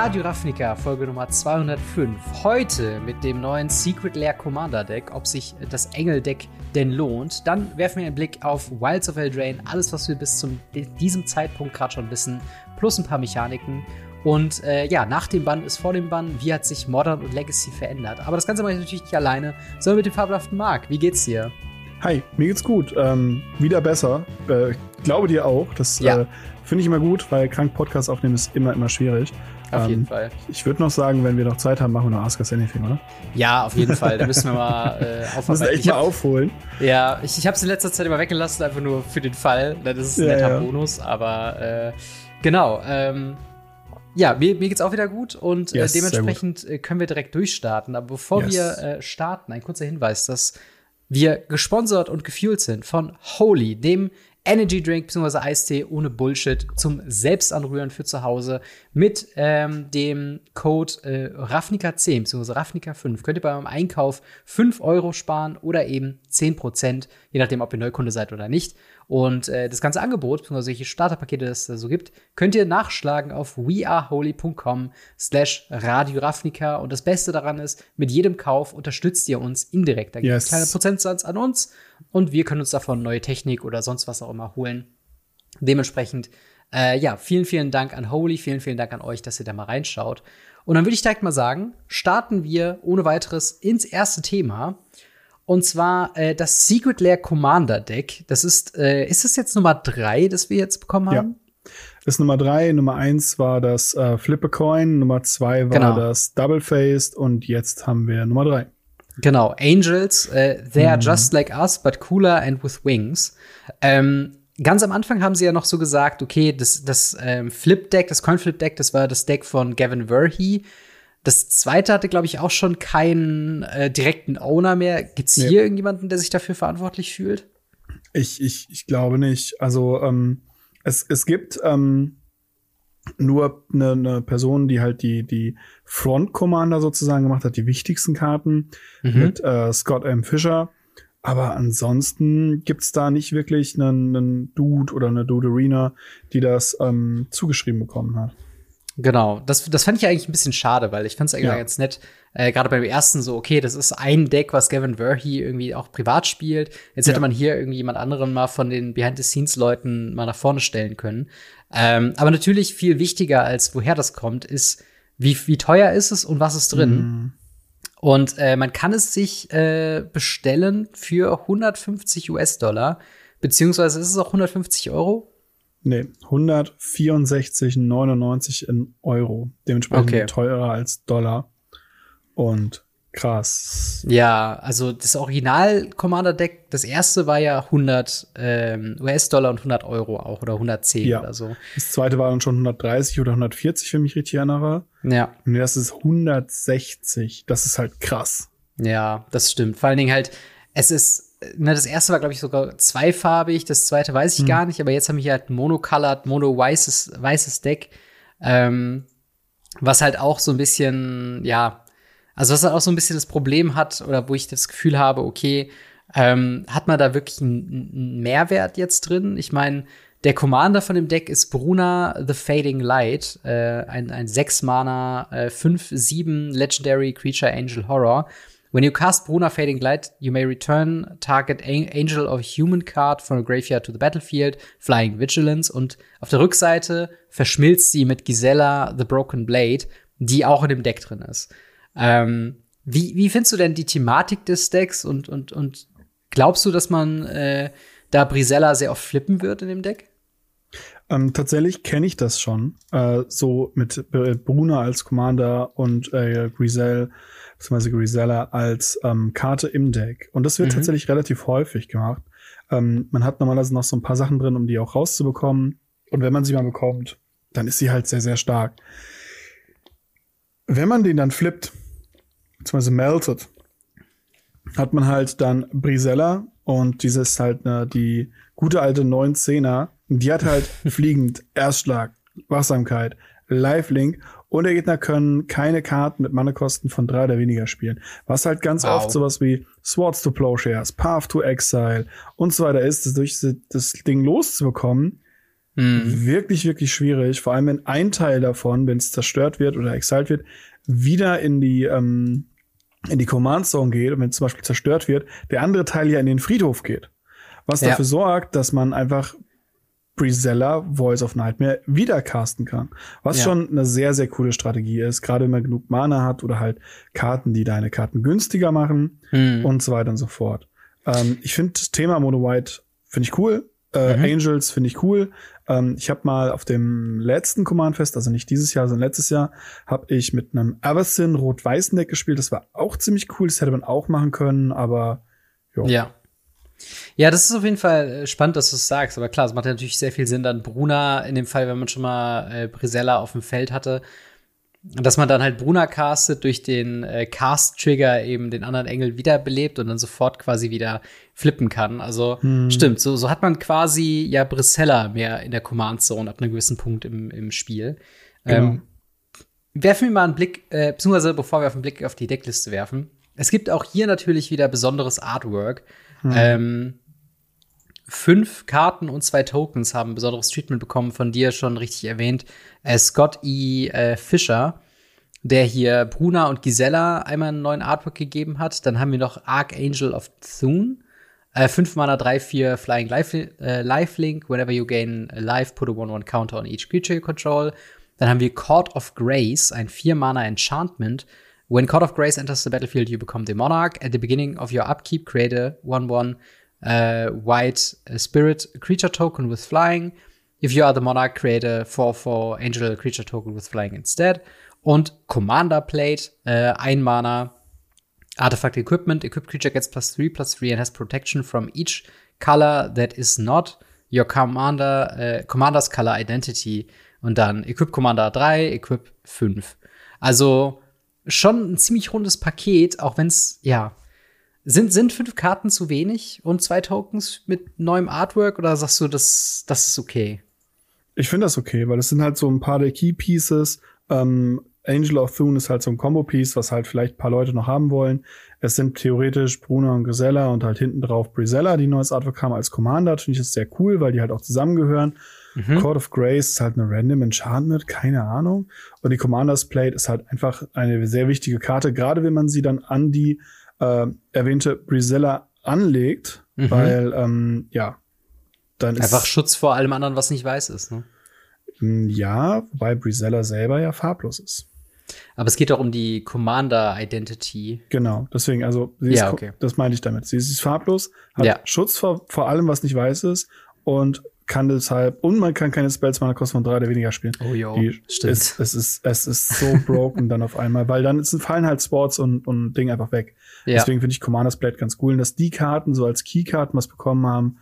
Radio Ravnica, Folge Nummer 205. Heute mit dem neuen Secret Lair Commander Deck, ob sich das Engel-Deck denn lohnt. Dann werfen wir einen Blick auf Wilds of Eldraine, alles, was wir bis zu diesem Zeitpunkt gerade schon wissen, plus ein paar Mechaniken. Und nach dem Bann ist vor dem Bann, wie hat sich Modern und Legacy verändert. Aber das Ganze mache ich natürlich nicht alleine, sondern mit dem fabelhaften Marc. Wie geht's dir? Hi, mir geht's gut. Wieder besser. Ich glaube dir auch. Das finde ich immer gut, weil krank Podcast aufnehmen ist immer schwierig. Auf jeden Fall. Ich würde noch sagen, wenn wir noch Zeit haben, machen wir noch Ask Us Anything, oder? Ja, auf jeden Fall. Da müssen wir mal aufholen. Ja, ich habe es in letzter Zeit immer weggelassen, einfach nur für den Fall. Das ist ein netter Bonus, aber genau. Mir geht's auch wieder gut und dementsprechend können wir direkt durchstarten. Aber bevor wir starten, ein kurzer Hinweis, dass wir gesponsert und gefuelt sind von Holy, dem Energy Drink bzw. Eistee ohne Bullshit zum Selbstanrühren für zu Hause. Mit dem Code Ravnica10 bzw. Ravnica5 könnt ihr bei eurem Einkauf 5 € sparen oder eben 10%, je nachdem, ob ihr Neukunde seid oder nicht. Und das ganze Angebot, bzw. welche Starterpakete es da so gibt, könnt ihr nachschlagen auf weareholy.com/Radio Ravnica. Und das Beste daran ist, mit jedem Kauf unterstützt ihr uns indirekt. Da gibt es einen kleinen Prozentsatz an uns und wir können uns davon neue Technik oder sonst was auch immer holen. Dementsprechend, vielen, vielen Dank an Holy, vielen, vielen Dank an euch, dass ihr da mal reinschaut. Und dann würde ich direkt mal sagen, starten wir ohne weiteres ins erste Thema. Und zwar das Secret Lair Commander Deck. Das ist es jetzt Nummer 3, das wir jetzt bekommen haben? Ja, das ist Nummer 3. Nummer 1 war das Flip a Coin. Nummer 2 war das Double Faced. Und jetzt haben wir Nummer 3. Genau, Angels, they are just like us, but cooler and with wings. Ganz am Anfang haben sie ja noch so gesagt, okay, das Flip-Deck, das Coin-Flip-Deck, das war das Deck von Gavin Verhey. Das zweite hatte, glaube ich, auch schon keinen direkten Owner mehr. Gibt's hier irgendjemanden, der sich dafür verantwortlich fühlt? Ich glaube nicht. Also es gibt nur eine Person, die halt die Front Commander sozusagen gemacht hat, die wichtigsten Karten mit Scott M. Fisher. Aber ansonsten gibt's da nicht wirklich einen Dude oder eine Dude-Arena, die das zugeschrieben bekommen hat. Genau, das fand ich eigentlich ein bisschen schade, weil ich fand es eigentlich ganz nett, gerade beim ersten so, okay, das ist ein Deck, was Gavin Verhey irgendwie auch privat spielt. Jetzt hätte man hier irgendwie jemand anderen mal von den Behind-the-Scenes-Leuten mal nach vorne stellen können. Aber natürlich viel wichtiger, als woher das kommt, ist, wie teuer ist es und was ist drin. Und man kann es sich bestellen für $150, beziehungsweise ist es auch 150 €? Nee, 164,99 in Euro. Dementsprechend teurer als Dollar. Und krass. Ja, also das Original-Commander-Deck, das erste war ja 100 US-Dollar und 100 € auch oder 110 oder so. Das zweite war dann schon 130 oder 140, wenn ich mich richtig erinnere. Ja. Und das ist 160. Das ist halt krass. Ja, das stimmt. Vor allen Dingen halt, es ist das erste war, glaube ich, sogar zweifarbig, das zweite weiß ich gar nicht, aber jetzt haben wir hier halt monocolored, weißes Deck, was halt auch so ein bisschen, was halt auch so ein bisschen das Problem hat, oder wo ich das Gefühl habe, okay, hat man da wirklich einen Mehrwert jetzt drin? Ich meine, der Commander von dem Deck ist Bruna the Fading Light, ein 6-Mana, 5/7 Legendary Creature Angel Horror. When you cast Bruna Fading Light, you may return target Angel of Human Card from a graveyard to the battlefield, Flying Vigilance. Und auf der Rückseite verschmilzt sie mit Gisela the Broken Blade, die auch in dem Deck drin ist. Wie findest du denn die Thematik des Decks und glaubst du, dass man da Brisella sehr oft flippen wird in dem Deck? Tatsächlich kenne ich das schon. So mit Bruna als Commander und Grisella als Karte im Deck. Und das wird tatsächlich relativ häufig gemacht. Man hat normalerweise noch so ein paar Sachen drin, um die auch rauszubekommen. Und wenn man sie mal bekommt, dann ist sie halt sehr, sehr stark. Wenn man den dann flippt, beziehungsweise meltet, hat man halt dann Brisella und dieses halt die gute alte 9-10er. Die hat halt fliegend, Erstschlag, Wachsamkeit, Lifelink und der Gegner können keine Karten mit Mana-Kosten von 3 oder weniger spielen. Was halt ganz oft sowas wie Swords to Plowshares, Path to Exile und so weiter ist, das durch das Ding loszubekommen, wirklich, wirklich schwierig. Vor allem, wenn ein Teil davon, wenn es zerstört wird oder exiled wird, wieder in die Command Zone geht und wenn es zum Beispiel zerstört wird, der andere Teil ja in den Friedhof geht. Was dafür sorgt, dass man einfach Brisella Voice of Nightmare wieder casten kann. Was schon eine sehr, sehr coole Strategie ist, gerade wenn man genug Mana hat oder halt Karten, die deine Karten günstiger machen und so weiter und so fort. Ich finde das Thema Mono White finde ich cool. Angels finde ich cool. Ich habe mal auf dem letzten Command-Fest, also nicht dieses Jahr, sondern letztes Jahr, habe ich mit einem Avacyn rot-weißen Deck gespielt. Das war auch ziemlich cool. Das hätte man auch machen können, aber ja. Ja, das ist auf jeden Fall spannend, dass du es sagst. Aber klar, es macht natürlich sehr viel Sinn, dann Bruna in dem Fall, wenn man schon mal Brisella auf dem Feld hatte, dass man dann halt Bruna castet, durch den Cast-Trigger eben den anderen Engel wiederbelebt und dann sofort quasi wieder flippen kann. Also stimmt, so hat man quasi ja Brisella mehr in der Command-Zone ab einem gewissen Punkt im Spiel. Genau. Werfen wir mal einen Blick, beziehungsweise bevor wir auf den Blick auf die Deckliste werfen. Es gibt auch hier natürlich wieder besonderes Artwork. 5 Karten und 2 Tokens haben besonderes Treatment bekommen, von dir schon richtig erwähnt. Scott E. Fisher, der hier Bruna und Gisela einmal einen neuen Artwork gegeben hat. Dann haben wir noch Archangel of Thune. 5 Mana, 3/4 Flying Lifelink. Whenever you gain a life, put a 1/1 counter on each creature you control. Dann haben wir Court of Grace, ein 4 Mana Enchantment. When Court of Grace enters the battlefield, you become the monarch. At the beginning of your upkeep, create a 1/1 white spirit creature token with flying. If you are the monarch, create a 4/4 angel creature token with flying instead. Und Commander Plate, 1 Mana Artifact Equipment. Equipped creature gets +3/+3 and has protection from each color that is not your commander's color identity. Und dann Equip Commander 3, Equip 5. Also schon ein ziemlich rundes Paket, auch wenn es, sind 5 Karten zu wenig und 2 Tokens mit neuem Artwork, oder sagst du, das ist okay? Ich finde das okay, weil es sind halt so ein paar der Key Pieces. Angel of Thune ist halt so ein Combo-Piece, was halt vielleicht ein paar Leute noch haben wollen. Es sind theoretisch Bruna und Gisela und halt hinten drauf Brisella, die neues Artwork haben als Commander. Finde ich das sehr cool, weil die halt auch zusammengehören. Court of Grace ist halt eine random Enchantment, keine Ahnung. Und die Commander's Plate ist halt einfach eine sehr wichtige Karte, gerade wenn man sie dann an die erwähnte Brisella anlegt, weil, dann ist einfach Schutz vor allem anderen, was nicht weiß ist, ne? Ja, wobei Brisella selber ja farblos ist. Aber es geht doch um die Commander-Identity. Genau, deswegen, also, das meine ich damit. Sie ist farblos, hat Schutz vor allem, was nicht weiß ist und kann deshalb, und man kann keine Spells Mana kosten von 3 oder weniger spielen. Oh jo, stimmt. Es ist so broken dann auf einmal, weil dann fallen halt Sports und Ding einfach weg. Ja. Deswegen finde ich Commander's Plate ganz cool. Und dass die Karten so als Keykarten was bekommen haben,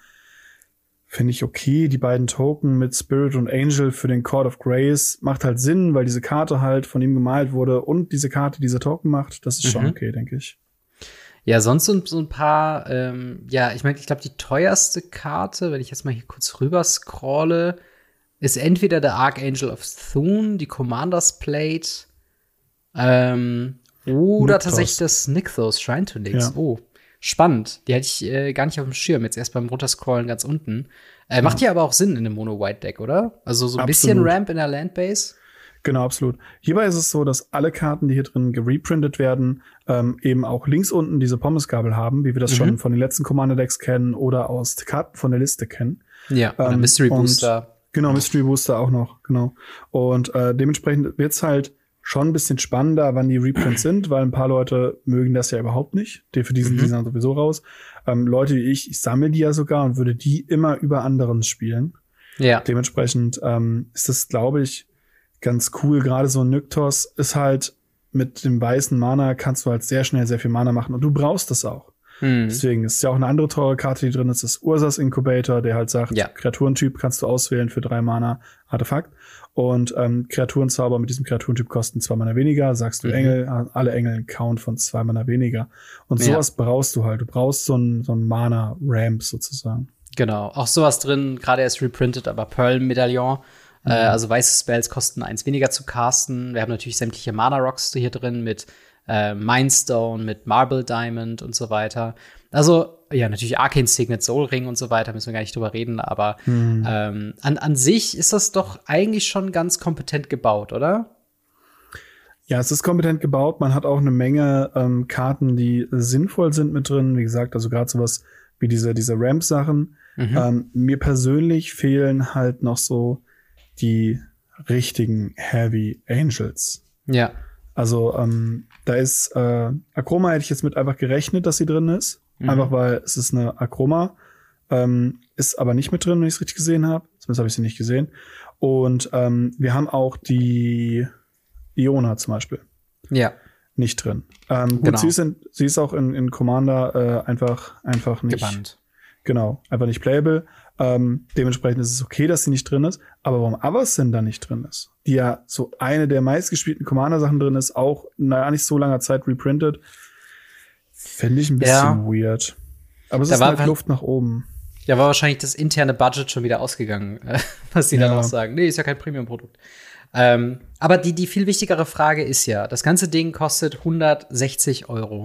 finde ich okay. Die beiden Token mit Spirit und Angel für den Court of Grace macht halt Sinn, weil diese Karte halt von ihm gemalt wurde und diese Karte diese Token macht. Das ist schon okay, denke ich. Ja, sonst so ein paar, ich glaube, die teuerste Karte, wenn ich jetzt mal hier kurz rüber scrolle, ist entweder der Archangel of Thune, die Commander's Plate, oder tatsächlich das Nykthos Shrine to Nyx. Ja. Oh, spannend. Die hatte ich gar nicht auf dem Schirm, jetzt erst beim Runterscrollen ganz unten. Macht ja aber auch Sinn in einem Mono-White-Deck, oder? Also so ein bisschen Ramp in der Landbase. Genau, absolut. Hierbei ist es so, dass alle Karten, die hier drin gereprintet werden, eben auch links unten diese Pommesgabel haben, wie wir das schon von den letzten Commander-Decks kennen oder aus Karten von der Liste kennen. Ja, Mystery Booster. Genau, Mystery Booster auch noch, genau. Und dementsprechend wird's halt schon ein bisschen spannender, wann die Reprints sind, weil ein paar Leute mögen das ja überhaupt nicht. Für die sind sowieso raus. Leute wie ich sammle die ja sogar und würde die immer über anderen spielen. Ja. Dementsprechend ist das, glaube ich, ganz cool. Gerade so ein Nykthos ist halt mit dem weißen Mana kannst du halt sehr schnell sehr viel Mana machen und du brauchst das auch. Deswegen ist ja auch eine andere teure Karte, die drin ist, das Ursas Incubator, der halt sagt, Kreaturentyp kannst du auswählen für 3 Mana Artefakt und Kreaturenzauber mit diesem Kreaturentyp kosten 2 Mana weniger, sagst du Engel, alle Engel einen Count von 2 Mana weniger und sowas brauchst du halt. Du brauchst so ein Mana Ramp sozusagen. Genau, auch sowas drin, gerade erst reprintet, aber Pearl Medaillon. Also weiße Spells kosten 1 weniger zu casten. Wir haben natürlich sämtliche Mana-Rocks hier drin mit Mindstone, mit Marble Diamond und so weiter. Also ja, natürlich Arcane Signet, Soul Ring und so weiter, müssen wir gar nicht drüber reden, aber an sich ist das doch eigentlich schon ganz kompetent gebaut, oder? Ja, es ist kompetent gebaut. Man hat auch eine Menge Karten, die sinnvoll sind mit drin. Wie gesagt, also gerade sowas wie diese Ramp-Sachen. Mir persönlich fehlen halt noch so die richtigen Heavy Angels. Ja. Also da ist Akroma, hätte ich jetzt mit einfach gerechnet, dass sie drin ist. Einfach weil es ist eine Akroma. Ist aber nicht mit drin, wenn ich es richtig gesehen habe. Zumindest habe ich sie nicht gesehen. Und wir haben auch die Iona zum Beispiel. Ja. Nicht drin. Gut, Genau. sie ist auch in Commander einfach nicht. Gebannt. Genau, einfach nicht playable. Dementsprechend ist es okay, dass sie nicht drin ist. Aber warum Avacyn da nicht drin ist, die ja so eine der meistgespielten Commander-Sachen drin ist, auch nach nicht so langer Zeit reprintet, finde ich ein bisschen weird. Aber es ist halt Luft nach oben. Da war wahrscheinlich das interne Budget schon wieder ausgegangen, was sie dann auch sagen. Nee, ist ja kein Premium-Produkt. Aber die viel wichtigere Frage ist ja, das ganze Ding kostet 160 €.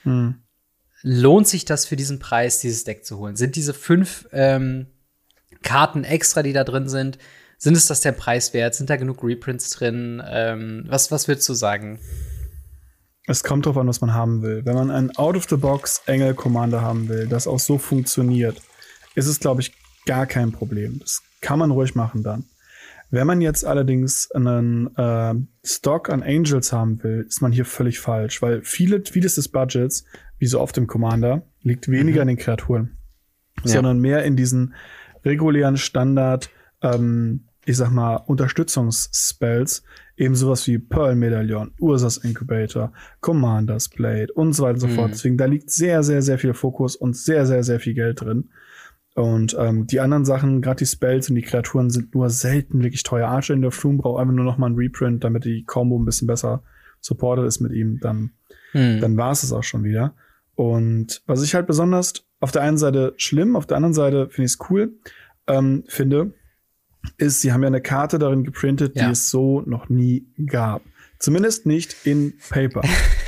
Lohnt sich das für diesen Preis, dieses Deck zu holen? Sind diese 5 Karten extra, die da drin sind es das der Preis wert? Sind da genug Reprints drin? Was würdest du sagen? Es kommt drauf an, was man haben will. Wenn man einen Out-of-the-Box-Engel-Commander haben will, das auch so funktioniert, ist es, glaube ich, gar kein Problem. Das kann man ruhig machen dann. Wenn man jetzt allerdings einen Stock an Angels haben will, ist man hier völlig falsch, weil vieles des Budgets, wie so oft im Commander, liegt weniger in den Kreaturen, sondern mehr in diesen regulären Standard, ich sag mal, Unterstützungsspells, eben sowas wie Pearl Medaillon, Ursas Incubator, Commander's Blade und so weiter und so fort. Deswegen, da liegt sehr, sehr, sehr viel Fokus und sehr, sehr, sehr viel Geld drin. Und die anderen Sachen, gerade die Spells und die Kreaturen, sind nur selten wirklich teuer. Archer in der Flume braucht einfach nur noch mal ein Reprint, damit die Combo ein bisschen besser supported ist mit ihm. Dann war es auch schon wieder. Und was ich halt besonders auf der einen Seite schlimm, auf der anderen Seite finde ich es cool, finde, ist, sie haben ja eine Karte darin geprintet, die es so noch nie gab. Zumindest nicht in Paper.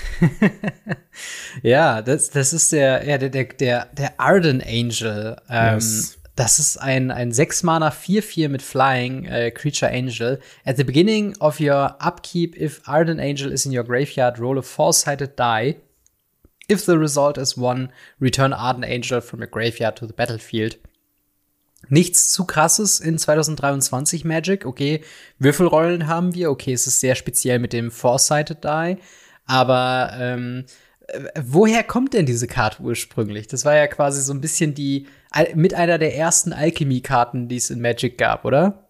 Ja, das ist der Arden Angel. Yes. Das ist ein 6-Mana 4/4 mit Flying Creature Angel. At the beginning of your upkeep, if Arden Angel is in your graveyard, roll a 4-sided die. If the result is 1, return Arden Angel from your graveyard to the battlefield. Nichts zu krasses in 2023 Magic. Okay, Würfelrollen haben wir. Okay, es ist sehr speziell mit dem 4-sided die. Aber woher kommt denn diese Karte ursprünglich? Das war ja quasi so ein bisschen mit einer der ersten Alchemy-Karten, die es in Magic gab, oder?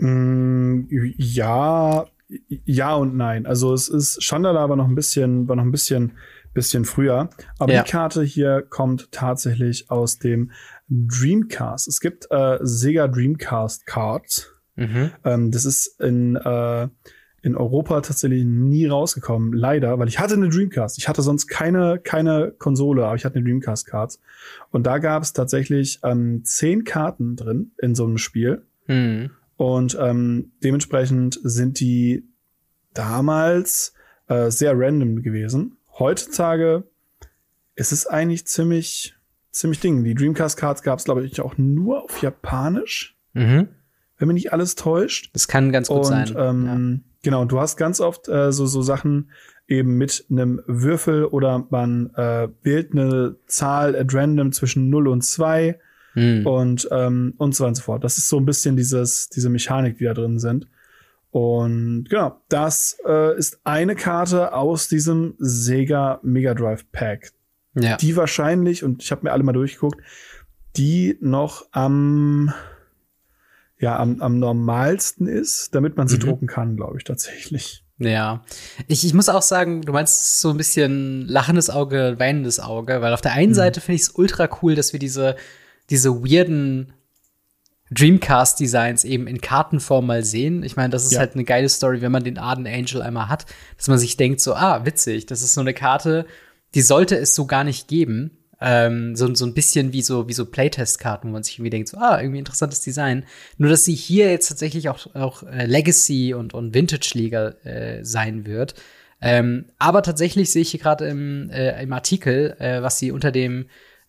Ja und nein. Also es ist Chandala war noch ein bisschen früher. Aber die Karte hier kommt tatsächlich aus dem Dreamcast. Es gibt Sega Dreamcast Cards. Das ist in Europa tatsächlich nie rausgekommen, leider, weil ich hatte eine Dreamcast. Ich hatte sonst keine Konsole, aber ich hatte eine Dreamcast-Cards. Und da gab es tatsächlich 10 Karten drin in so einem Spiel. Und dementsprechend sind die damals sehr random gewesen. Heutzutage ist es eigentlich ziemlich Ding. Die Dreamcast-Cards gab es, glaube ich, auch nur auf Japanisch. Wenn mich nicht alles täuscht. Das kann ganz gut sein. Genau, du hast ganz oft so Sachen eben mit einem Würfel oder man wählt eine Zahl at random zwischen 0 und 2 und so weiter und so fort. Das ist so ein bisschen diese Mechanik, die da drin sind. Und genau, das ist eine Karte aus diesem Sega Mega Drive Pack. Ja. Die wahrscheinlich, und ich habe mir alle mal durchgeguckt, die noch am normalsten ist, damit man sie drucken kann, glaube ich, tatsächlich. Ja. Ich muss auch sagen, du meinst so ein bisschen lachendes Auge, weinendes Auge, weil auf der einen Seite finde ich es ultra cool, dass wir diese weirden Dreamcast-Designs eben in Kartenform mal sehen. Ich meine, das ist halt eine geile Story, wenn man den Arden Angel einmal hat, dass man sich denkt so, witzig, das ist so eine Karte, die sollte es so gar nicht geben. So ein bisschen wie so Playtest-Karten, wo man sich irgendwie denkt, so, irgendwie interessantes Design. Nur, dass sie hier jetzt tatsächlich auch Legacy und Vintage-Liga sein wird. Aber tatsächlich sehe ich hier gerade im Artikel, was sie unter dem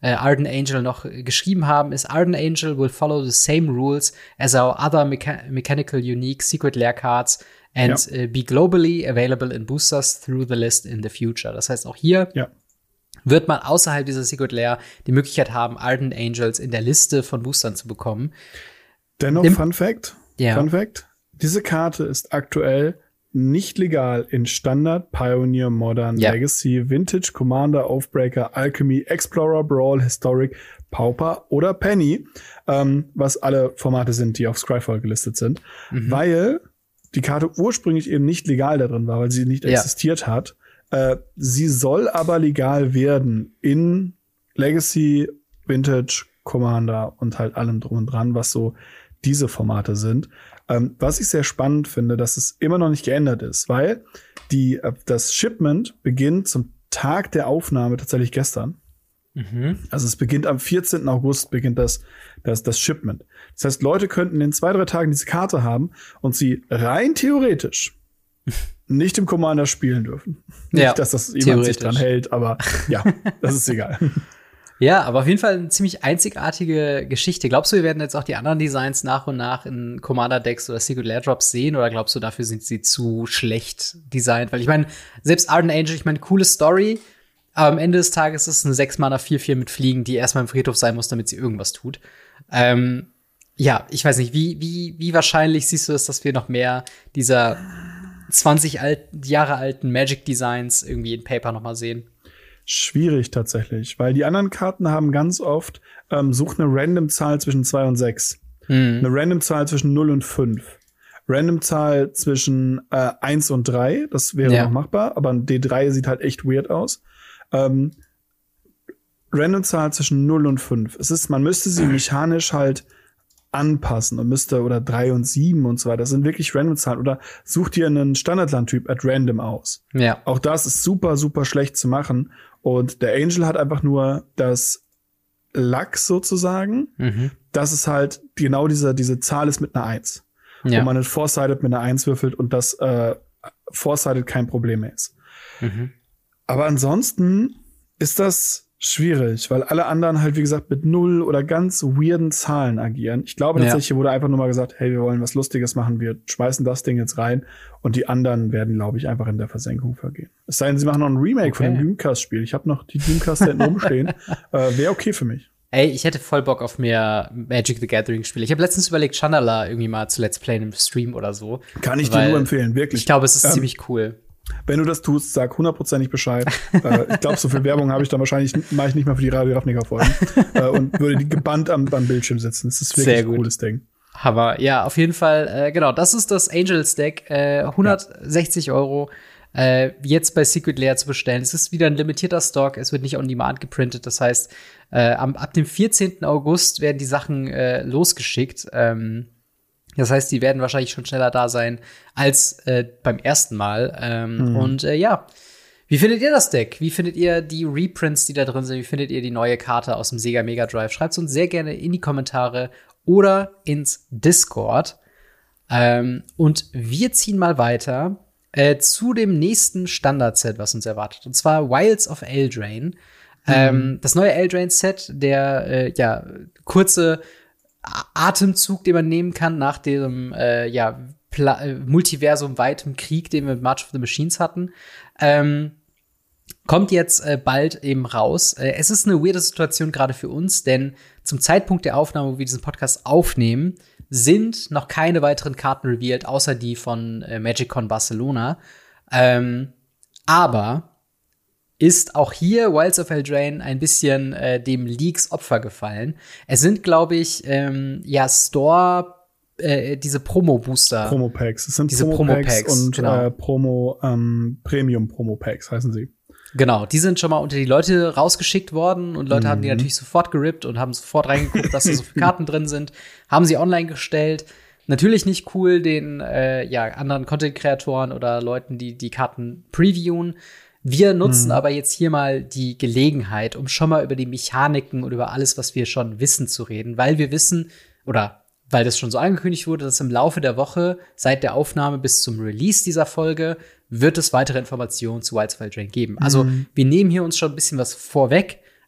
Arden Angel noch geschrieben haben, ist: Arden Angel will follow the same rules as our other mechanical unique secret lair cards and be globally available in boosters through the list in the future. Das heißt, auch hier wird man außerhalb dieser Secret Lair die Möglichkeit haben, Arden Angels in der Liste von Boostern zu bekommen. Dennoch, Fun Fact, diese Karte ist aktuell nicht legal in Standard, Pioneer, Modern, Legacy, Vintage, Commander, Oathbreaker, Alchemy, Explorer, Brawl, Historic, Pauper oder Penny, was alle Formate sind, die auf Scryfall gelistet sind, weil die Karte ursprünglich eben nicht legal da drin war, weil sie nicht existiert hat. Sie soll aber legal werden in Legacy, Vintage, Commander und halt allem drum und dran, was so diese Formate sind. Was ich sehr spannend finde, dass es immer noch nicht geändert ist, weil das Shipment beginnt zum Tag der Aufnahme tatsächlich gestern. Also es beginnt am 14. August beginnt das Shipment. Das heißt, Leute könnten in 2-3 Tagen diese Karte haben und sie rein theoretisch nicht im Commander spielen dürfen. Nicht, dass das jemand sich dran hält, aber ja, das ist egal. Ja, aber auf jeden Fall eine ziemlich einzigartige Geschichte. Glaubst du, wir werden jetzt auch die anderen Designs nach und nach in Commander-Decks oder Secret Lair Drops sehen? Oder glaubst du, dafür sind sie zu schlecht designt? Weil ich meine, selbst Arden Angel, ich meine, coole Story, aber am Ende des Tages ist es eine 6-Mana 4/4 mit Fliegen, die erstmal im Friedhof sein muss, damit sie irgendwas tut. Ja, ich weiß nicht, wie wahrscheinlich siehst du es, dass wir noch mehr dieser 20 Jahre alten Magic-Designs irgendwie in Paper noch mal sehen? Schwierig tatsächlich, weil die anderen Karten haben ganz oft such eine Random-Zahl zwischen 2 und 6. Eine Random-Zahl zwischen 0 und 5. Random-Zahl zwischen 1 und 3, das wäre noch machbar, aber ein D3 sieht halt echt weird aus. Random-Zahl zwischen 0 und 5. Man müsste sie mechanisch halt anpassen und oder 3 und 7 und so weiter. Das sind wirklich Random-Zahlen. Oder such dir einen Standardland-Typ at random aus. Ja. Auch das ist super, super schlecht zu machen. Und der Angel hat einfach nur das Luck sozusagen, dass es halt genau diese Zahl ist mit einer 1. Ja. Wo man einen Foresighted mit einer 1 würfelt und das Foresighted kein Problem mehr ist. Aber ansonsten ist das schwierig, weil alle anderen halt, wie gesagt, mit 0 oder ganz weirden Zahlen agieren. Ich glaube tatsächlich, wurde einfach nur mal gesagt, hey, wir wollen was Lustiges machen, wir schmeißen das Ding jetzt rein und die anderen werden, glaube ich, einfach in der Versenkung vergehen. Es sei denn, sie machen noch ein Remake von dem Dreamcast-Spiel. Ich habe noch die Dreamcast da hinten rumstehen. Wäre okay für mich. Ey, ich hätte voll Bock auf mehr Magic the Gathering-Spiele. Ich habe letztens überlegt, Chandala irgendwie mal zu Let's Playen im Stream oder so. Kann ich dir nur empfehlen, wirklich. Ich glaube, es ist ziemlich cool. Wenn du das tust, sag 100%ig Bescheid. Ich glaube, so viel Werbung habe ich dann wahrscheinlich, mache ich nicht mal für die Radio Ravnica-Folgen. Und würde die gebannt am Bildschirm sitzen. Das ist wirklich ein cooles Ding. Aber ja, auf jeden Fall, genau, das ist das Angels-Deck. 160 €. Jetzt bei Secret Lair zu bestellen. Es ist wieder ein limitierter Stock. Es wird nicht on demand geprintet. Das heißt, ab dem 14. August werden die Sachen losgeschickt. Das heißt, die werden wahrscheinlich schon schneller da sein als beim ersten Mal. Und ja, wie findet ihr das Deck? Wie findet ihr die Reprints, die da drin sind? Wie findet ihr die neue Karte aus dem Sega Mega Drive? Schreibt es uns sehr gerne in die Kommentare oder ins Discord. Und wir ziehen mal weiter zu dem nächsten Standard-Set, was uns erwartet. Und zwar Wilds of Eldraine. Das neue Eldraine-Set, der kurze Atemzug, den man nehmen kann nach dem multiversum-weitem Krieg, den wir mit March of the Machines hatten, kommt jetzt bald eben raus. Es ist eine weirde Situation gerade für uns, denn zum Zeitpunkt der Aufnahme, wo wir diesen Podcast aufnehmen, sind noch keine weiteren Karten revealed, außer die von MagicCon Barcelona. Aber ist auch hier Wilds of Eldraine ein bisschen dem Leaks Opfer gefallen. Es sind, glaube ich, diese Promo-Booster. Promo-Packs. Es sind diese Promo-Packs und Premium-Promo-Packs heißen sie. Genau, die sind schon mal unter die Leute rausgeschickt worden und Leute haben die natürlich sofort gerippt und haben sofort reingeguckt, dass da so viele Karten drin sind, haben sie online gestellt. Natürlich nicht cool den anderen Content-Kreatoren oder Leuten, die die Karten previewen. Wir nutzen aber jetzt hier mal die Gelegenheit, um schon mal über die Mechaniken und über alles, was wir schon wissen, zu reden, weil wir wissen, oder weil das schon so angekündigt wurde, dass im Laufe der Woche, seit der Aufnahme bis zum Release dieser Folge, wird es weitere Informationen zu Wilds of Eldraine geben. Also wir nehmen hier uns schon ein bisschen was vorweg,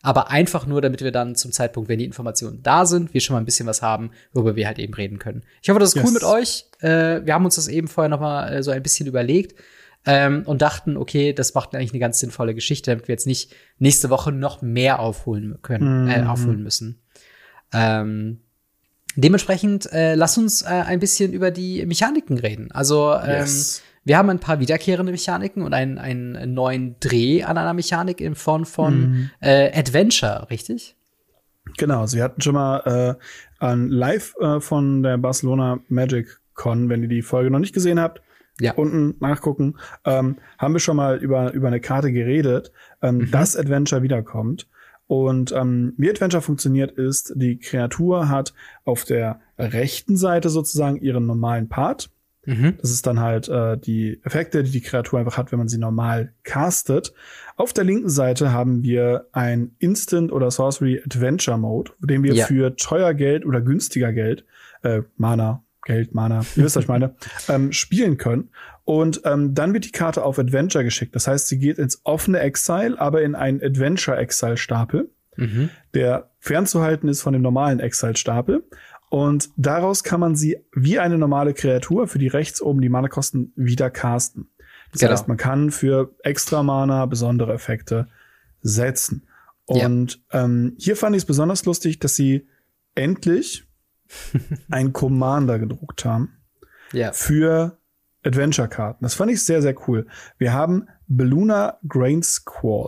aber einfach nur, damit wir dann zum Zeitpunkt, wenn die Informationen da sind, wir schon mal ein bisschen was haben, worüber wir halt eben reden können. Ich hoffe, das ist cool mit euch. Wir haben uns das eben vorher noch mal so ein bisschen überlegt und dachten, okay, das macht eigentlich eine ganz sinnvolle Geschichte, damit wir jetzt nicht nächste Woche noch mehr aufholen müssen. Dementsprechend lass uns ein bisschen über die Mechaniken reden. Also wir haben ein paar wiederkehrende Mechaniken und einen neuen Dreh an einer Mechanik in Form von Adventure, richtig? Genau, also wir hatten schon mal ein Live von der Barcelona Magic Con, wenn ihr die Folge noch nicht gesehen habt, unten nachgucken, haben wir schon mal über eine Karte geredet, dass Adventure wiederkommt. Und wie Adventure funktioniert ist, die Kreatur hat auf der rechten Seite sozusagen ihren normalen Part. Das ist dann halt die Effekte, die die Kreatur einfach hat, wenn man sie normal castet. Auf der linken Seite haben wir ein Instant- oder Sorcery-Adventure-Mode, den wir für teuer Geld oder günstiger Geld, Mana, ihr wisst, was ich meine, spielen können. Und dann wird die Karte auf Adventure geschickt. Das heißt, sie geht ins offene Exile, aber in einen Adventure-Exile-Stapel, der fernzuhalten ist von dem normalen Exile-Stapel. Und daraus kann man sie wie eine normale Kreatur für die rechts oben die Mana-Kosten wieder casten. Das heißt, man kann für extra Mana besondere Effekte setzen. Und hier fand ich es besonders lustig, dass sie endlich einen Commander gedruckt haben für Adventure-Karten. Das fand ich sehr, sehr cool. Wir haben Belluna Grand Squall.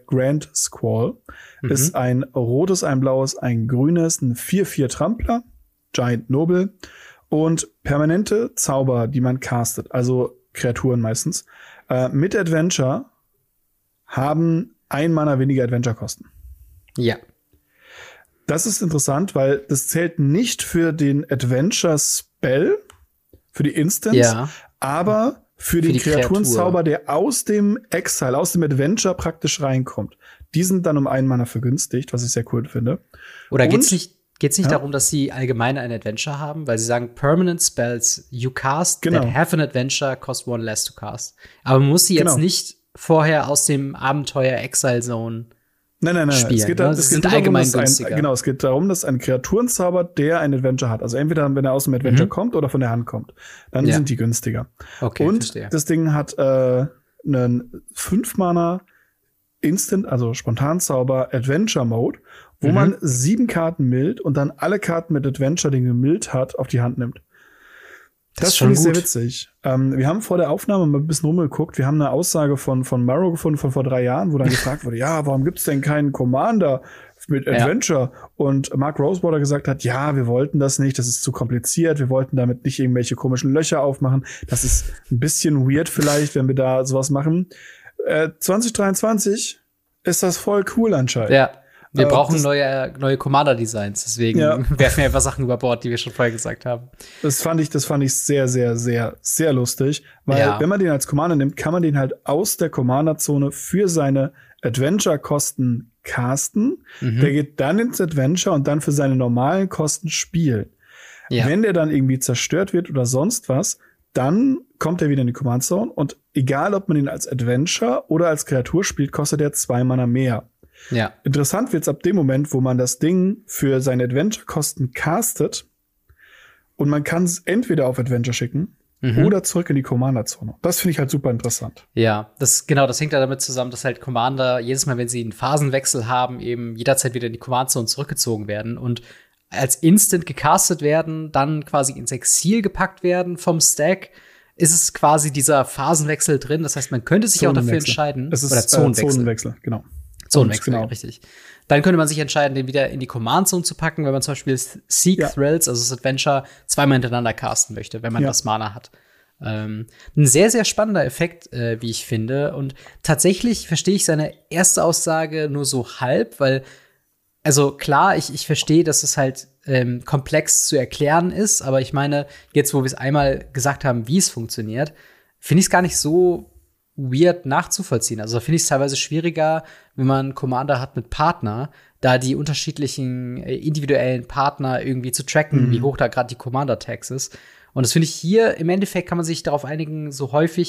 Ist ein rotes, ein blaues, ein grünes, ein 4/4 Trampler, Giant Noble und permanente Zauber, die man castet, also Kreaturen meistens, mit Adventure haben 1 Mana weniger Adventure-Kosten. Ja. Das ist interessant, weil das zählt nicht für den Adventure-Spell, für die Instance, aber für den Kreaturenzauber, der aus dem Exile, aus dem Adventure praktisch reinkommt. Die sind dann um 1 Mana vergünstigt, was ich sehr cool finde. Oder geht's nicht darum, dass sie allgemein ein Adventure haben? Weil sie sagen, permanent spells you cast that have an adventure cost 1 less to cast. Aber man muss sie jetzt nicht vorher aus dem Abenteuer Exile Zone spielen. Es geht allgemein günstiger. Es geht darum, dass ein Kreaturenzauber, der ein Adventure hat. Also entweder, wenn er aus dem Adventure kommt oder von der Hand kommt. Dann sind die günstiger. Okay, und verstehe. Das Ding hat einen 5 Mana Instant, also Spontanzauber Adventure Mode, wo man 7 Karten mildt und dann alle Karten mit Adventure, die gemildt hat, auf die Hand nimmt. Das finde ich sehr witzig. Wir haben vor der Aufnahme mal ein bisschen rumgeguckt. Wir haben eine Aussage von Maro gefunden von vor 3 Jahren, wo dann gefragt wurde, warum gibt's denn keinen Commander mit Adventure? Und Mark Rosewater gesagt hat, wir wollten das nicht, das ist zu kompliziert. Wir wollten damit nicht irgendwelche komischen Löcher aufmachen. Das ist ein bisschen weird vielleicht, wenn wir da sowas machen. 2023 ist das voll cool anscheinend. Ja. Wir brauchen neue Commander-Designs, deswegen werfen wir einfach Sachen über Bord, die wir schon vorher gesagt haben. Das fand ich sehr, sehr, sehr, sehr lustig, weil wenn man den als Commander nimmt, kann man den halt aus der Commander-Zone für seine Adventure-Kosten casten. Der geht dann ins Adventure und dann für seine normalen Kosten spielen. Wenn der dann irgendwie zerstört wird oder sonst was, dann kommt er wieder in die Command-Zone und egal, ob man ihn als Adventure oder als Kreatur spielt, kostet er 2 Mana mehr. Ja. Interessant wird's ab dem Moment, wo man das Ding für seine Adventure-Kosten castet und man kann es entweder auf Adventure schicken oder zurück in die Commander-Zone. Das finde ich halt super interessant. Ja, das hängt ja damit zusammen, dass halt Commander jedes Mal, wenn sie einen Phasenwechsel haben, eben jederzeit wieder in die Command-Zone zurückgezogen werden und als Instant gecastet werden, dann quasi ins Exil gepackt werden vom Stack, ist es quasi dieser Phasenwechsel drin. Das heißt, man könnte sich auch dafür entscheiden. Es ist Zonenwechsel, genau. Zonenwechsel, richtig. Dann könnte man sich entscheiden, den wieder in die Command-Zone zu packen, wenn man zum Beispiel Seek Thrills, also das Adventure, 2-mal hintereinander casten möchte, wenn man das Mana hat. Ein sehr, sehr spannender Effekt, wie ich finde. Und tatsächlich verstehe ich seine erste Aussage nur so halb, weil, also klar, ich verstehe, dass es halt komplex zu erklären ist, aber ich meine, jetzt, wo wir es einmal gesagt haben, wie es funktioniert, finde ich es gar nicht so weird nachzuvollziehen. Also finde ich es teilweise schwieriger, wenn man einen Commander hat mit Partner, da die unterschiedlichen individuellen Partner irgendwie zu tracken, wie hoch da gerade die Commander-Tax ist. Und das finde ich hier, im Endeffekt kann man sich darauf einigen, so häufig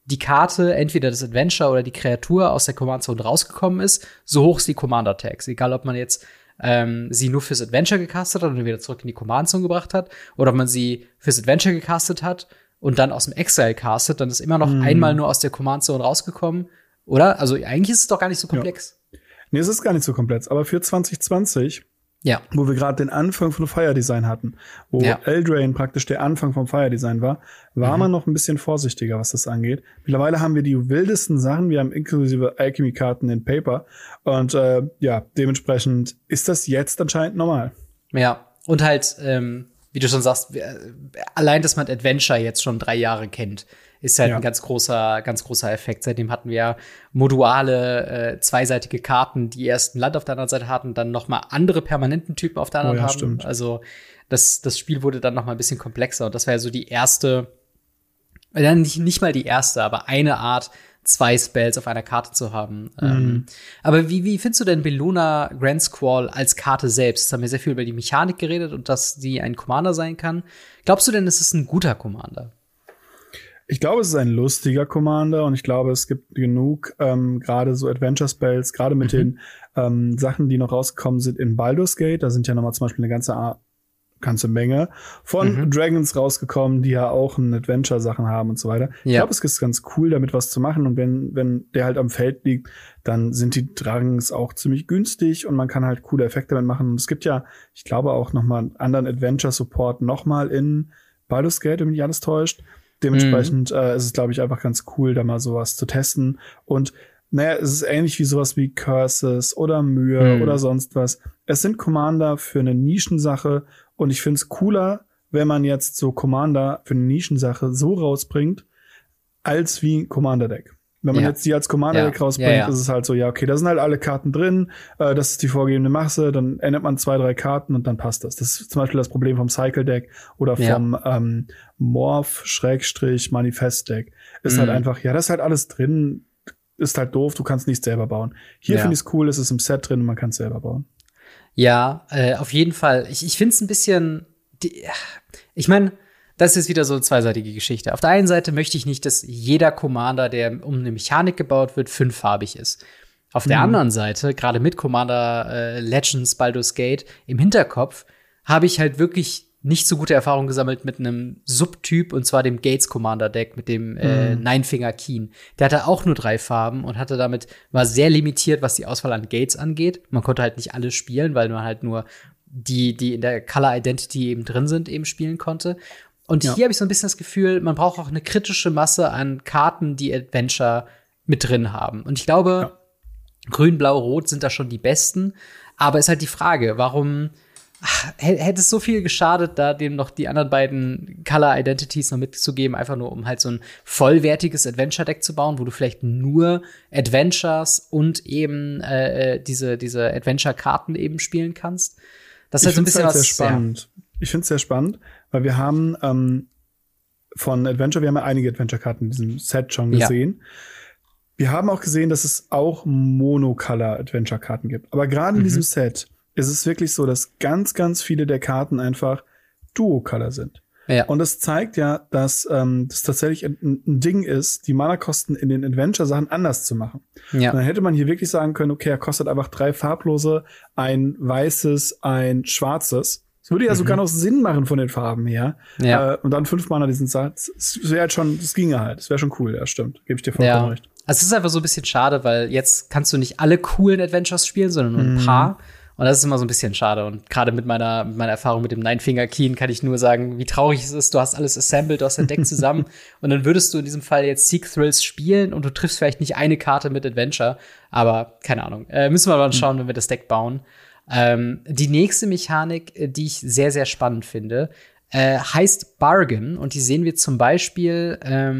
die Karte, entweder das Adventure oder die Kreatur aus der Command-Zone rausgekommen ist, so hoch ist die Commander-Tags. Egal, ob man jetzt sie nur fürs Adventure gecastet hat und wieder zurück in die Command-Zone gebracht hat, oder ob man sie fürs Adventure gecastet hat und dann aus dem Exile castet, dann ist immer noch einmal nur aus der Command-Zone rausgekommen, oder? Also eigentlich ist es doch gar nicht so komplex. Ja. Nee, es ist gar nicht so komplex, aber für 2020, wo wir gerade den Anfang von Fire Design hatten, wo Eldraine praktisch der Anfang vom Fire Design war man noch ein bisschen vorsichtiger, was das angeht. Mittlerweile haben wir die wildesten Sachen, wir haben inklusive Alchemy-Karten in Paper und dementsprechend ist das jetzt anscheinend normal. Ja, und halt, wie du schon sagst, allein, dass man Adventure jetzt schon 3 Jahre kennt, ist halt ein ganz großer Effekt. Seitdem hatten wir moduale, zweiseitige Karten, die erst ein Land auf der anderen Seite hatten, dann noch mal andere permanenten Typen auf der anderen haben. Stimmt. Also das Spiel wurde dann noch mal ein bisschen komplexer. Und das war ja so die erste, nicht mal die erste, aber eine Art, 2 Spells auf einer Karte zu haben. Aber wie findest du denn Bellona Grand Squall als Karte selbst? Jetzt haben wir sehr viel über die Mechanik geredet und dass die ein Commander sein kann. Glaubst du denn, es ist ein guter Commander? Ich glaube, es ist ein lustiger Commander und ich glaube, es gibt genug gerade so Adventure-Spells, gerade mit den Sachen, die noch rausgekommen sind in Baldur's Gate. Da sind ja noch mal zum Beispiel eine ganze Menge von Dragons rausgekommen, die ja auch Adventure-Sachen haben und so weiter. Ja. Ich glaube, es ist ganz cool, damit was zu machen. Und wenn der halt am Feld liegt, dann sind die Dragons auch ziemlich günstig und man kann halt coole Effekte damit machen. Und es gibt ja, ich glaube, auch noch mal einen anderen Adventure-Support noch mal in Baldur's Gate, wenn mich nicht alles täuscht. Dementsprechend ist es, glaube ich, einfach ganz cool, da mal sowas zu testen. Und naja, es ist ähnlich wie sowas wie Curses oder Mühe oder sonst was. Es sind Commander für eine Nischensache und ich finde es cooler, wenn man jetzt so Commander für eine Nischensache so rausbringt, als wie ein Commander-Deck. Wenn man jetzt die als Commander-Deck rausbringt, ist es halt so, okay, da sind halt alle Karten drin, das ist die vorgegebene Masse, dann ändert man 2, 3 Karten und dann passt das. Das ist zum Beispiel das Problem vom Cycle-Deck oder vom Morph-Manifest-Deck. Ist halt einfach, das ist halt alles drin, ist halt doof, du kannst nichts selber bauen. Hier finde ich es cool, es ist im Set drin und man kann es selber bauen. Ja, auf jeden Fall. Ich finde es ein bisschen, ich meine, das ist wieder so eine zweiseitige Geschichte. Auf der einen Seite möchte ich nicht, dass jeder Commander, der um eine Mechanik gebaut wird, 5-farbig ist. Auf der anderen Seite, gerade mit Commander Legends, Baldur's Gate im Hinterkopf, habe ich halt wirklich nicht so gute Erfahrungen gesammelt mit einem Subtyp, und zwar dem Gates Commander Deck mit dem Ninefinger Keen. Der hatte auch nur 3 Farben und war sehr limitiert, was die Auswahl an Gates angeht. Man konnte halt nicht alle spielen, weil man halt nur die in der Color Identity eben drin sind, eben spielen konnte. Und hier habe ich so ein bisschen das Gefühl, man braucht auch eine kritische Masse an Karten, die Adventure mit drin haben. Und ich glaube, Grün, Blau, Rot sind da schon die besten. Aber ist halt die Frage, warum hätte es so viel geschadet, da dem noch die anderen beiden Color Identities noch mitzugeben, einfach nur um halt so ein vollwertiges Adventure-Deck zu bauen, wo du vielleicht nur Adventures und eben diese Adventure-Karten eben spielen kannst. Das ist halt so ein bisschen was sehr spannend. Ich finde es sehr spannend, weil wir haben von Adventure, wir haben ja einige Adventure-Karten in diesem Set schon gesehen. Ja. Wir haben auch gesehen, dass es auch Monocolor-Adventure-Karten gibt. Aber gerade in diesem Set ist es wirklich so, dass ganz, ganz viele der Karten einfach Duo-Color sind. Ja. Und das zeigt ja, dass das tatsächlich ein Ding ist, die Mana-Kosten in den Adventure-Sachen anders zu machen. Ja. Und dann hätte man hier wirklich sagen können, okay, er kostet einfach 3 farblose, ein weißes, ein schwarzes. Das würde ja sogar noch Sinn machen von den Farben her. Ja. Und dann 5 Mana diesen Satz. Das wäre halt schon, das ginge halt. Das wäre schon cool, ja, stimmt. Gebe ich dir vollkommen recht. Also es ist einfach so ein bisschen schade, weil jetzt kannst du nicht alle coolen Adventures spielen, sondern nur ein paar. Und das ist immer so ein bisschen schade. Und gerade mit meiner Erfahrung mit dem Ninefinger Keen kann ich nur sagen, wie traurig es ist. Du hast alles assembled, du hast dein Deck zusammen. Und dann würdest du in diesem Fall jetzt Seek Thrills spielen und du triffst vielleicht nicht eine Karte mit Adventure. Aber keine Ahnung. Müssen wir mal schauen, wenn wir das Deck bauen. Die nächste Mechanik, die ich sehr, sehr spannend finde, heißt Bargain. Und die sehen wir zum Beispiel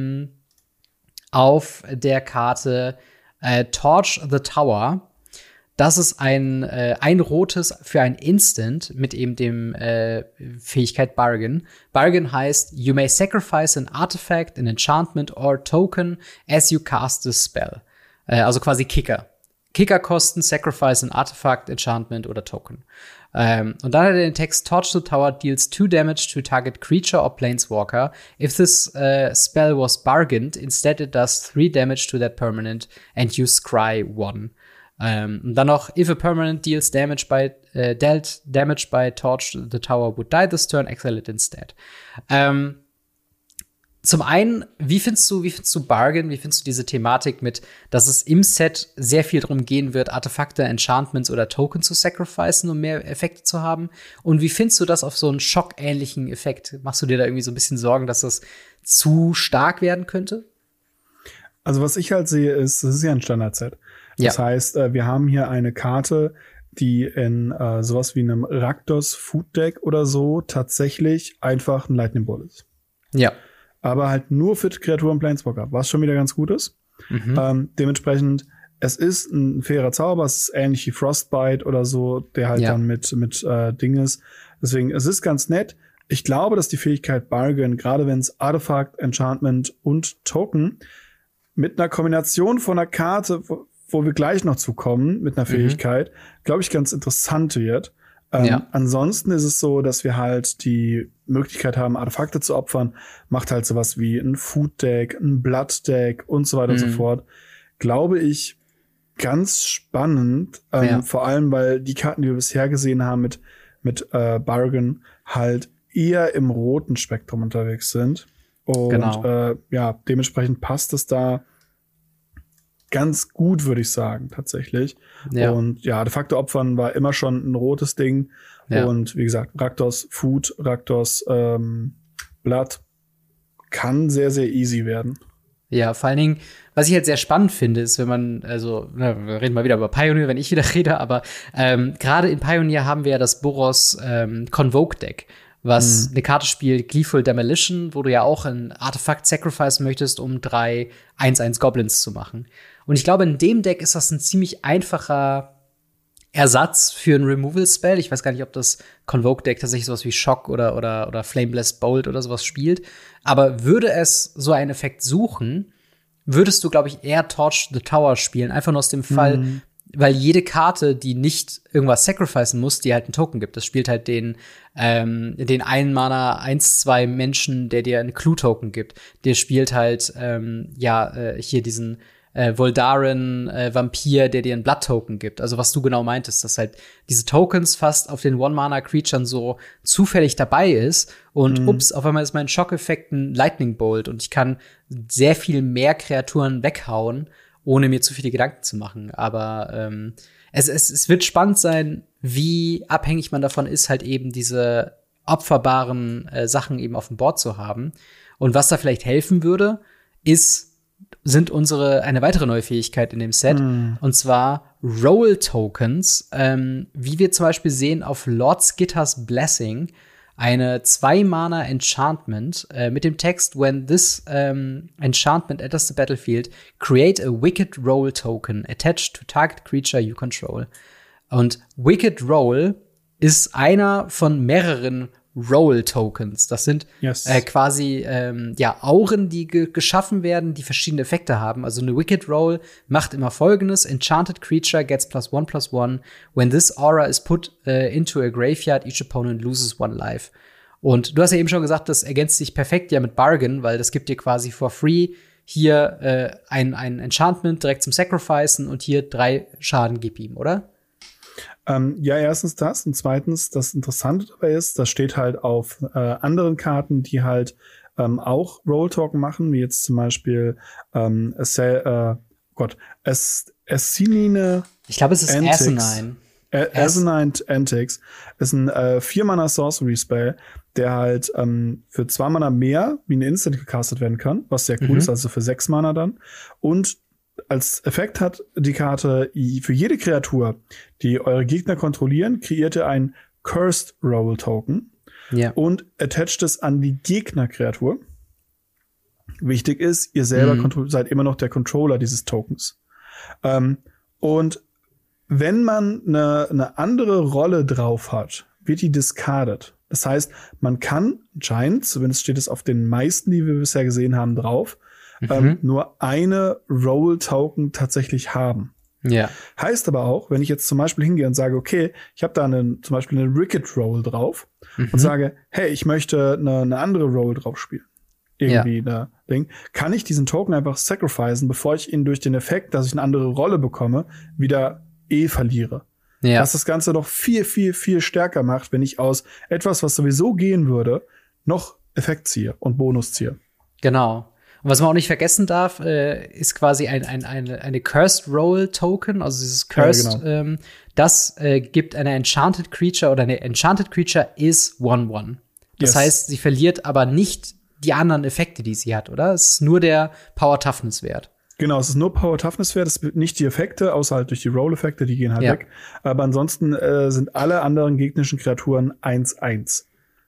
auf der Karte Torch the Tower. Das ist ein rotes für ein Instant mit eben dem Fähigkeit Bargain. Bargain heißt, you may sacrifice an artifact, an enchantment or token as you cast this spell. Also quasi Kicker. Kickerkosten, sacrifice an artifact, enchantment oder Token. Und dann hat er den Text: Torch the Tower deals 2 damage to target creature or planeswalker. If this spell was bargained, instead it does 3 damage to that permanent and you scry 1. Und dann noch: If a permanent deals dealt damage by Torch the Tower would die this turn, exile it instead. Zum einen, wie findest du Bargain? Wie findest du diese Thematik mit, dass es im Set sehr viel darum gehen wird, Artefakte, Enchantments oder Token zu sacrificen, um mehr Effekte zu haben? Und wie findest du das auf so einen schockähnlichen Effekt? Machst du dir da irgendwie so ein bisschen Sorgen, dass das zu stark werden könnte? Also was ich halt sehe, ist, das ist ja ein Standard-Set. Das heißt, wir haben hier eine Karte, die in sowas wie einem Rakdos Food Deck oder so tatsächlich einfach ein Lightning Bolt ist. Ja. Aber halt nur für Kreaturen Planeswalker, was schon wieder ganz gut ist. Dementsprechend, es ist ein fairer Zauber, es ist ähnlich wie Frostbite oder so, der halt dann mit Ding ist. Deswegen, es ist ganz nett. Ich glaube, dass die Fähigkeit Bargain, gerade wenn es Artefakt, Enchantment und Token mit einer Kombination von einer Karte, wo wir gleich noch zukommen, mit einer Fähigkeit, glaube ich, ganz interessant wird. Ansonsten ist es so, dass wir halt die Möglichkeit haben, Artefakte zu opfern. Macht halt sowas wie ein Food Deck, ein Blood Deck und so weiter und so fort. Glaube ich, ganz spannend. Vor allem, weil die Karten, die wir bisher gesehen haben mit Bargain, halt eher im roten Spektrum unterwegs sind. Und dementsprechend passt es da ganz gut, würde ich sagen, tatsächlich. Ja. Und ja, de facto Opfern war immer schon ein rotes Ding. Ja. Und wie gesagt, Rakdos Food, Rakdos Blood kann sehr, sehr easy werden. Ja, vor allen Dingen, was ich halt sehr spannend finde, ist, wenn man, wir reden mal wieder über Pioneer, wenn ich wieder rede, aber gerade in Pioneer haben wir ja das Boros Convoke Deck, was eine Karte spielt, Gleeful Demolition, wo du ja auch ein Artefakt sacrifice möchtest, um 3 1/1 Goblins zu machen. Und ich glaube, in dem Deck ist das ein ziemlich einfacher Ersatz für ein Removal-Spell. Ich weiß gar nicht, ob das Convoke-Deck tatsächlich sowas wie Shock oder Flameless Bolt oder sowas spielt. Aber würde es so einen Effekt suchen, würdest du, glaube ich, eher Torch the Tower spielen. Einfach nur aus dem Fall, weil jede Karte, die nicht irgendwas sacrificen muss, die halt einen Token gibt. Das spielt halt den 1-Mana 1/2 Menschen, der dir einen Clue-Token gibt. Der spielt halt hier diesen Voldaren Vampir, der dir einen Blood-Token gibt. Also was du genau meintest, dass halt diese Tokens fast auf den One-Mana-Creaturen so zufällig dabei ist und auf einmal ist mein Schockeffekt ein Lightning Bolt und ich kann sehr viel mehr Kreaturen weghauen, ohne mir zu viele Gedanken zu machen. Aber es wird spannend sein, wie abhängig man davon ist, halt eben diese opferbaren Sachen eben auf dem Board zu haben. Und was da vielleicht helfen würde, sind eine weitere neue Fähigkeit in dem Set, und zwar Roll-Tokens, wie wir zum Beispiel sehen auf Lord Skitter's Blessing, eine 2-Mana Enchantment mit dem Text: When this enchantment enters the battlefield, create a Wicked Roll Token attached to target creature you control. Und Wicked Roll ist einer von mehreren Roll-Tokens. Das sind quasi Auren, die geschaffen werden, die verschiedene Effekte haben. Also eine Wicked Roll macht immer Folgendes: Enchanted creature gets +1/+1. When this aura is put into a graveyard, each opponent loses 1 life. Und du hast ja eben schon gesagt, das ergänzt sich perfekt ja mit Bargain, weil das gibt dir quasi for free hier ein Enchantment direkt zum Sacrificen und hier 3 Schaden gib ihm, oder? Erstens das und zweitens, das Interessante dabei ist, das steht halt auf anderen Karten, die halt auch Roll-Token machen, wie jetzt zum Beispiel Asinine. Ich glaube, es ist Asinine. Asinine Antics ist ein 4-Mana Sorcery Spell, der halt für 2 Mana mehr wie eine Instant gecastet werden kann, was sehr cool ist, also für 6 Mana dann. Und als Effekt hat die Karte: Für jede Kreatur, die eure Gegner kontrollieren, kreiert ihr ein Cursed Roll Token und attached es an die Gegnerkreatur. Wichtig ist, ihr selber seid immer noch der Controller dieses Tokens. Und wenn man eine andere Rolle drauf hat, wird die discarded. Das heißt, man kann anscheinend, zumindest steht es auf den meisten, die wir bisher gesehen haben, drauf, nur eine Roll-Token tatsächlich haben. Ja. Heißt aber auch, wenn ich jetzt zum Beispiel hingehe und sage, okay, ich habe da zum Beispiel eine Wicked Roll drauf und sage, hey, ich möchte eine andere Roll drauf spielen. Irgendwie da Ding, kann ich diesen Token einfach sacrificen, bevor ich ihn durch den Effekt, dass ich eine andere Rolle bekomme, wieder verliere. Ja. Was das Ganze noch viel, viel, viel stärker macht, wenn ich aus etwas, was sowieso gehen würde, noch Effekt ziehe und Bonus ziehe. Genau. Und was man auch nicht vergessen darf, ist quasi eine Cursed Roll Token, also dieses Cursed, genau. Das gibt eine Enchanted Creature oder eine Enchanted Creature is 1/1. Das heißt, sie verliert aber nicht die anderen Effekte, die sie hat, oder? Es ist nur der Power-Toughness-Wert. Genau, es ist nur Power-Toughness-Wert, es sind nicht die Effekte, außer halt durch die Roll-Effekte, die gehen halt weg. Aber ansonsten sind alle anderen gegnerischen Kreaturen 1/1.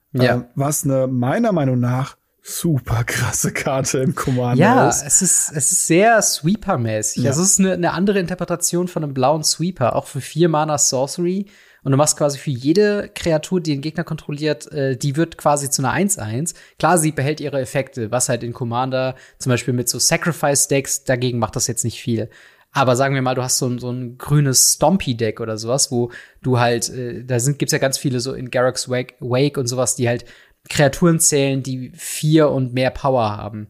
Was meiner Meinung nach super krasse Karte im Commander ist. Ja, es ist sehr Sweeper-mäßig. Ja. Also es ist eine andere Interpretation von einem blauen Sweeper, auch für 4 Mana Sorcery. Und du machst quasi für jede Kreatur, die den Gegner kontrolliert, die wird quasi zu einer 1/1. Klar, sie behält ihre Effekte, was halt in Commander zum Beispiel mit so Sacrifice-Decks, dagegen macht das jetzt nicht viel. Aber sagen wir mal, du hast so ein grünes Stompy-Deck oder sowas, wo du halt, gibt's ja ganz viele so in Garruk's Wake und sowas, die halt Kreaturen zählen, die 4 und mehr Power haben.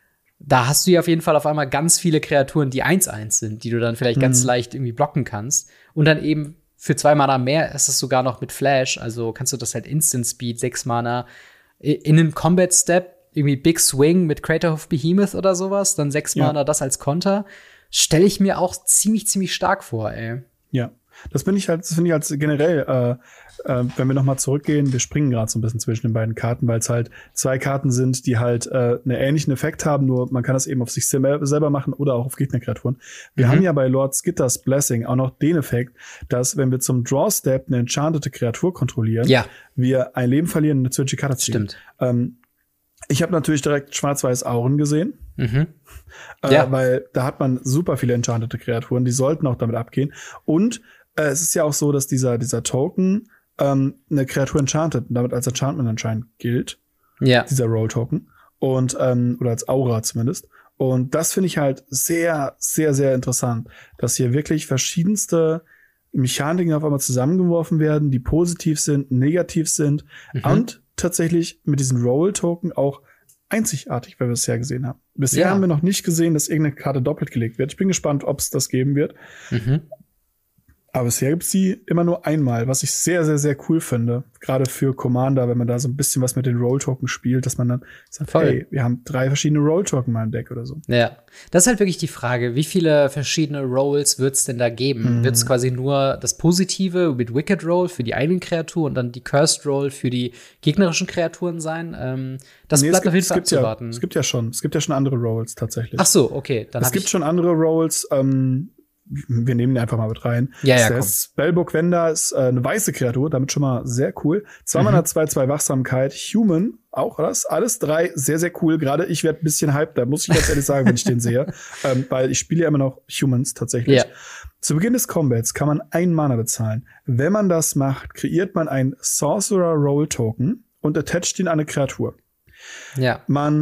Da hast du ja auf jeden Fall auf einmal ganz viele Kreaturen, die 1/1 sind, die du dann vielleicht ganz leicht irgendwie blocken kannst. Und dann eben für 2 Mana mehr ist es sogar noch mit Flash. Also kannst du das halt Instant Speed, 6 Mana in einem Combat Step, irgendwie Big Swing mit Crater of Behemoth oder sowas, dann 6 Mana das als Konter. Stelle ich mir auch ziemlich, ziemlich stark vor, ey. Ja. Das finde ich halt generell, wenn wir noch mal zurückgehen, wir springen gerade so ein bisschen zwischen den beiden Karten, weil es halt 2 Karten sind, die halt einen ähnlichen Effekt haben, nur man kann das eben auf sich selber machen oder auch auf Gegnerkreaturen. Wir haben ja bei Lord Skitters Blessing auch noch den Effekt, dass wenn wir zum Draw Step eine enchantete Kreatur kontrollieren, wir ein Leben verlieren und eine zusätzliche Karte ziehen. Stimmt. Ich habe natürlich direkt schwarz-weiß Auren gesehen. Weil da hat man super viele enchantete Kreaturen, die sollten auch damit abgehen. Und es ist ja auch so, dass dieser Token eine Kreatur enchantet und damit als Enchantment anscheinend gilt. Ja. Dieser Roll-Token. Und oder als Aura zumindest. Und das finde ich halt sehr, sehr, sehr interessant, dass hier wirklich verschiedenste Mechaniken auf einmal zusammengeworfen werden, die positiv sind, negativ sind und tatsächlich mit diesen Roll-Token auch einzigartig, weil wir es bisher gesehen haben. Bisher haben wir noch nicht gesehen, dass irgendeine Karte doppelt gelegt wird. Ich bin gespannt, ob es das geben wird. Aber bisher gibt es sie immer nur einmal, was ich sehr, sehr, sehr cool finde. Gerade für Commander, wenn man da so ein bisschen was mit den Roll-Token spielt, dass man dann sagt, hey, wir haben 3 verschiedene Roll-Token mal im Deck oder so. Ja, das ist halt wirklich die Frage, wie viele verschiedene Rolls wird es denn da geben? Wird es quasi nur das Positive mit Wicked Roll für die eigenen Kreaturen und dann die Cursed Roll für die gegnerischen Kreaturen sein? Das bleibt auf jeden Fall abzuwarten. Es gibt ja schon andere Rolls tatsächlich. Ach so, okay. Es gibt schon andere Rolls, wir nehmen den einfach mal mit rein. Der Spellbook Wender ist eine weiße Kreatur, damit schon mal sehr cool. 2 Mana 2/2 Wachsamkeit, Human, auch das. Alles 3 sehr, sehr cool. Gerade ich werde ein bisschen hyped, da muss ich ganz ehrlich sagen, wenn ich den sehe. Weil ich spiele ja immer noch Humans tatsächlich. Ja. Zu Beginn des Combats kann man 1 Mana bezahlen. Wenn man das macht, kreiert man ein Sorcerer Roll Token und attached ihn an eine Kreatur. Ja.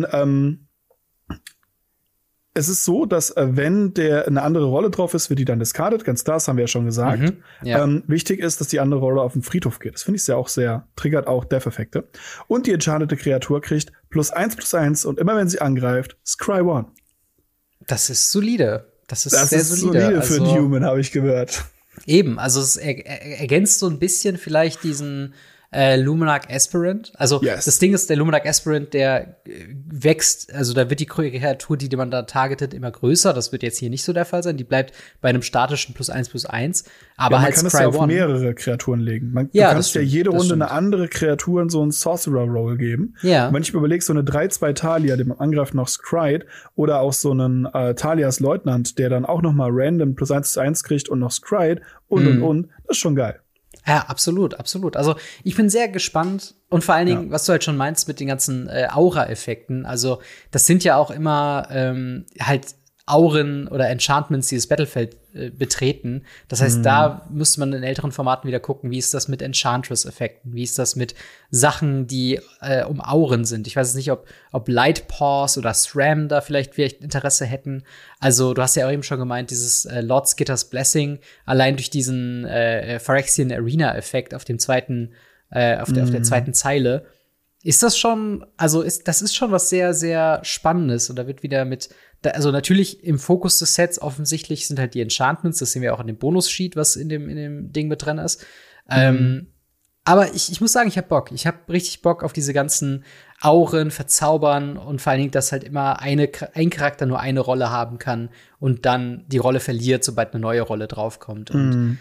Es ist so, dass wenn eine andere Rolle drauf ist, wird die dann discarded. Ganz klar, das haben wir ja schon gesagt. Wichtig ist, dass die andere Rolle auf den Friedhof geht. Das finde ich triggert auch Death-Effekte. Und die enchantete Kreatur kriegt +1/+1 und immer wenn sie angreift, Scry 1. Das ist solide. Das ist sehr solide für einen Human, habe ich gehört. Eben, also es ergänzt so ein bisschen vielleicht diesen Luminarch Aspirant. Also das Ding ist, der Luminarch Aspirant, der wächst, also da wird die Kreatur, die man da targetet, immer größer. Das wird jetzt hier nicht so der Fall sein. Die bleibt bei einem statischen +1/+1. Aber man halt kann es ja auf mehrere Kreaturen legen. Du kannst ja jede Runde eine andere Kreatur in so einen Sorcerer Roll geben. Ja. Und wenn ich mir überlege, so eine 3/2 Talia, die man angreift, noch Scryed, oder auch so einen Talias Leutnant, der dann auch noch mal random +1/+1 kriegt und noch Scryed und, das ist schon geil. Ja, absolut, absolut. Also ich bin sehr gespannt und vor allen Dingen, was du halt schon meinst mit den ganzen Aura-Effekten. Also das sind ja auch immer halt Auren oder Enchantments, die das Battlefield betreten. Das heißt, da müsste man in älteren Formaten wieder gucken, wie ist das mit Enchantress-Effekten, wie ist das mit Sachen, die um Auren sind. Ich weiß jetzt nicht, ob Light Paws oder SRAM da vielleicht Interesse hätten. Also, du hast ja auch eben schon gemeint, dieses Lord Skitter's Blessing, allein durch diesen Phyrexian Arena-Effekt auf dem zweiten, auf der zweiten Zeile, ist das schon, also das ist schon was sehr, sehr Spannendes. Und da wird wieder also natürlich im Fokus des Sets offensichtlich sind halt die Enchantments, das sehen wir auch in dem Bonus-Sheet, was in dem Ding mit drin ist. Aber ich muss sagen, ich habe Bock. Ich habe richtig Bock auf diese ganzen Auren, Verzaubern und vor allen Dingen, dass halt immer ein Charakter nur eine Rolle haben kann und dann die Rolle verliert, sobald eine neue Rolle draufkommt. Und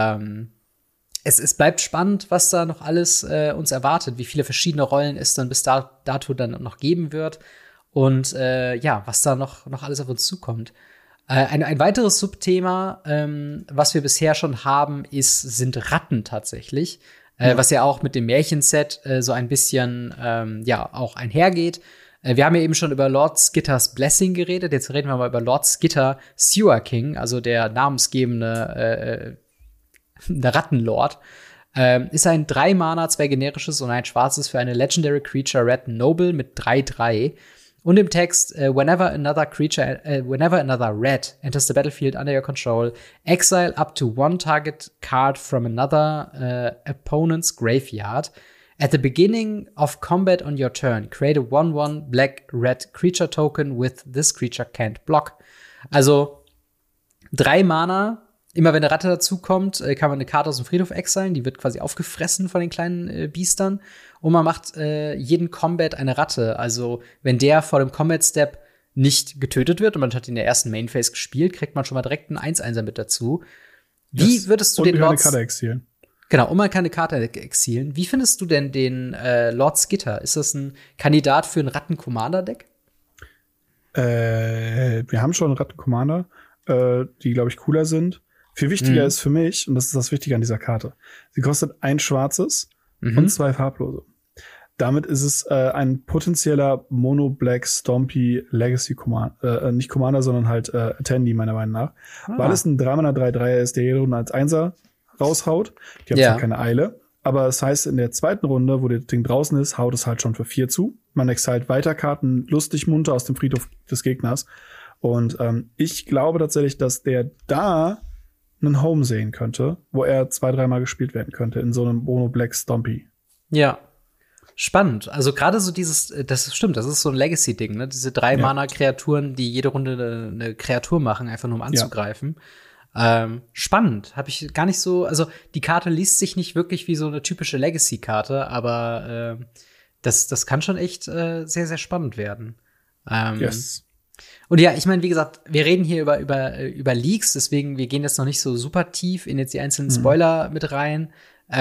es bleibt spannend, was da noch alles uns erwartet, wie viele verschiedene Rollen es dann bis dato dann noch geben wird und was da noch alles auf uns zukommt. Ein weiteres Subthema, was wir bisher schon haben, sind Ratten tatsächlich, was ja auch mit dem Märchenset so ein bisschen auch einhergeht. Wir haben ja eben schon über Lord Skitter's Blessing geredet, jetzt reden wir mal über Lord Skitter Sewer King, also der namensgebende der Rattenlord, ist ein 3-Mana, 2 generisches und ein schwarzes für eine Legendary Creature Red Noble mit 3/3. Und im Text, whenever another red enters the battlefield under your control, exile up to 1 target card from another opponent's graveyard. At the beginning of combat on your turn, create a 1/1 black-red creature token with this creature can't block. Also 3 Mana. Immer wenn eine Ratte dazukommt, kann man eine Karte aus dem Friedhof exilen. Die wird quasi aufgefressen von den kleinen Biestern. Und man macht jeden Combat eine Ratte. Also wenn der vor dem Combat-Step nicht getötet wird und man hat ihn in der ersten Main-Phase gespielt, kriegt man schon mal direkt einen 1/1er mit dazu. Wie würdest du den Lord eine Karte exilen? Genau, und man kann eine Karte exilen. Wie findest du denn den Lord Skitter? Ist das ein Kandidat für ein Ratten-Commander-Deck? Wir haben schon Ratten-Commander, die, glaube ich, cooler sind. Viel wichtiger ist für mich, und das ist das Wichtige an dieser Karte, sie kostet ein schwarzes und 2 farblose. Damit ist es ein potenzieller Mono-Black Stompy Legacy Commander, nicht Commander, sondern halt Attendee, meiner Meinung nach. Weil es ein 3-Mana 3/3er ist, der jede Runde als 1er raushaut. Die haben zwar keine Eile, aber das heißt, in der zweiten Runde, wo das Ding draußen ist, haut es halt schon für 4 zu. Man exilt weiter Karten lustig munter aus dem Friedhof des Gegners. Und ich glaube tatsächlich, dass der da einen Home sehen könnte, wo er 2-3 Mal gespielt werden könnte in so einem Mono Black Stompy. Ja. Spannend. Also gerade so das stimmt, das ist so ein Legacy-Ding, ne? Diese 3-Mana-Kreaturen, die jede Runde eine Kreatur machen, einfach nur um anzugreifen. Spannend. Habe ich gar nicht so, also die Karte liest sich nicht wirklich wie so eine typische Legacy-Karte, aber das kann schon echt sehr, sehr spannend werden. Yes. Und ja, ich meine, wie gesagt, wir reden hier über Leaks, deswegen, wir gehen jetzt noch nicht so super tief in jetzt die einzelnen Spoiler mit rein.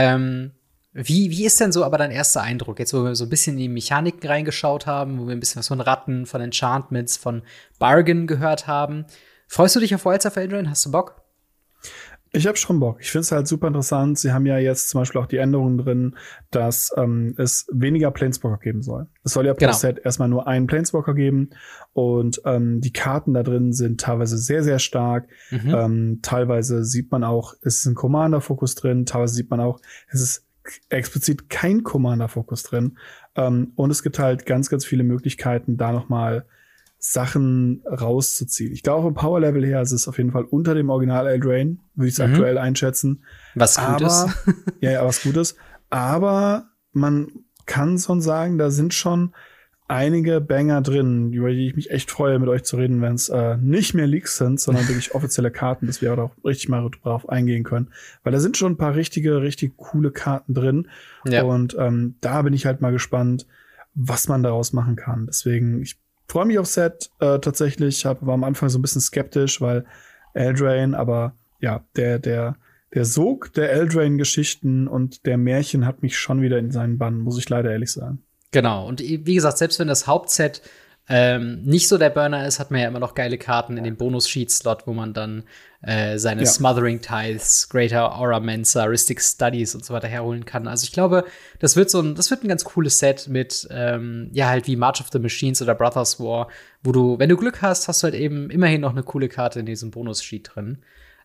Wie ist denn so aber dein erster Eindruck? Jetzt, wo wir so ein bisschen in die Mechaniken reingeschaut haben, wo wir ein bisschen was von Ratten, von Enchantments, von Bargain gehört haben. Freust du dich auf Wilds of Eldraine? Hast du Bock? Ich habe schon Bock. Ich finde es halt super interessant. Sie haben ja jetzt zum Beispiel auch die Änderungen drin, dass es weniger Planeswalker geben soll. Es soll ja pro Set erstmal nur einen Planeswalker geben. Und die Karten da drin sind teilweise sehr, sehr stark. Teilweise sieht man auch, es ist ein Commander-Fokus drin. Teilweise sieht man auch, es ist explizit kein Commander-Fokus drin. Und es gibt halt ganz, ganz viele Möglichkeiten, da noch mal Sachen rauszuziehen. Ich glaube, vom Power-Level her ist es auf jeden Fall unter dem Original Eldraine, würde ich es aktuell einschätzen. Was Gutes. Ja, was Gutes. Aber man kann schon sagen, da sind schon einige Banger drin, über die ich mich echt freue, mit euch zu reden, wenn es nicht mehr Leaks sind, sondern wirklich offizielle Karten, dass wir auch richtig mal drauf eingehen können. Weil da sind schon ein paar richtig coole Karten drin. Ja. Und da bin ich halt mal gespannt, was man daraus machen kann. Deswegen, ich freue mich auf Set tatsächlich. War am Anfang so ein bisschen skeptisch, weil Eldraine, aber ja, der Sog der Eldraine-Geschichten und der Märchen hat mich schon wieder in seinen Bann, muss ich leider ehrlich sagen. Genau, und wie gesagt, selbst wenn das Hauptset nicht so der Burner ist, hat man ja immer noch geile Karten in dem Bonus-Sheet-Slot, wo man dann seine Smothering Tithes, Greater Auramancer, Rhystic Studies und so weiter herholen kann. Also ich glaube, das wird ein ganz cooles Set mit halt wie March of the Machines oder Brothers War, wo du, wenn du Glück hast, hast du halt eben immerhin noch eine coole Karte in diesem Bonus-Sheet drin.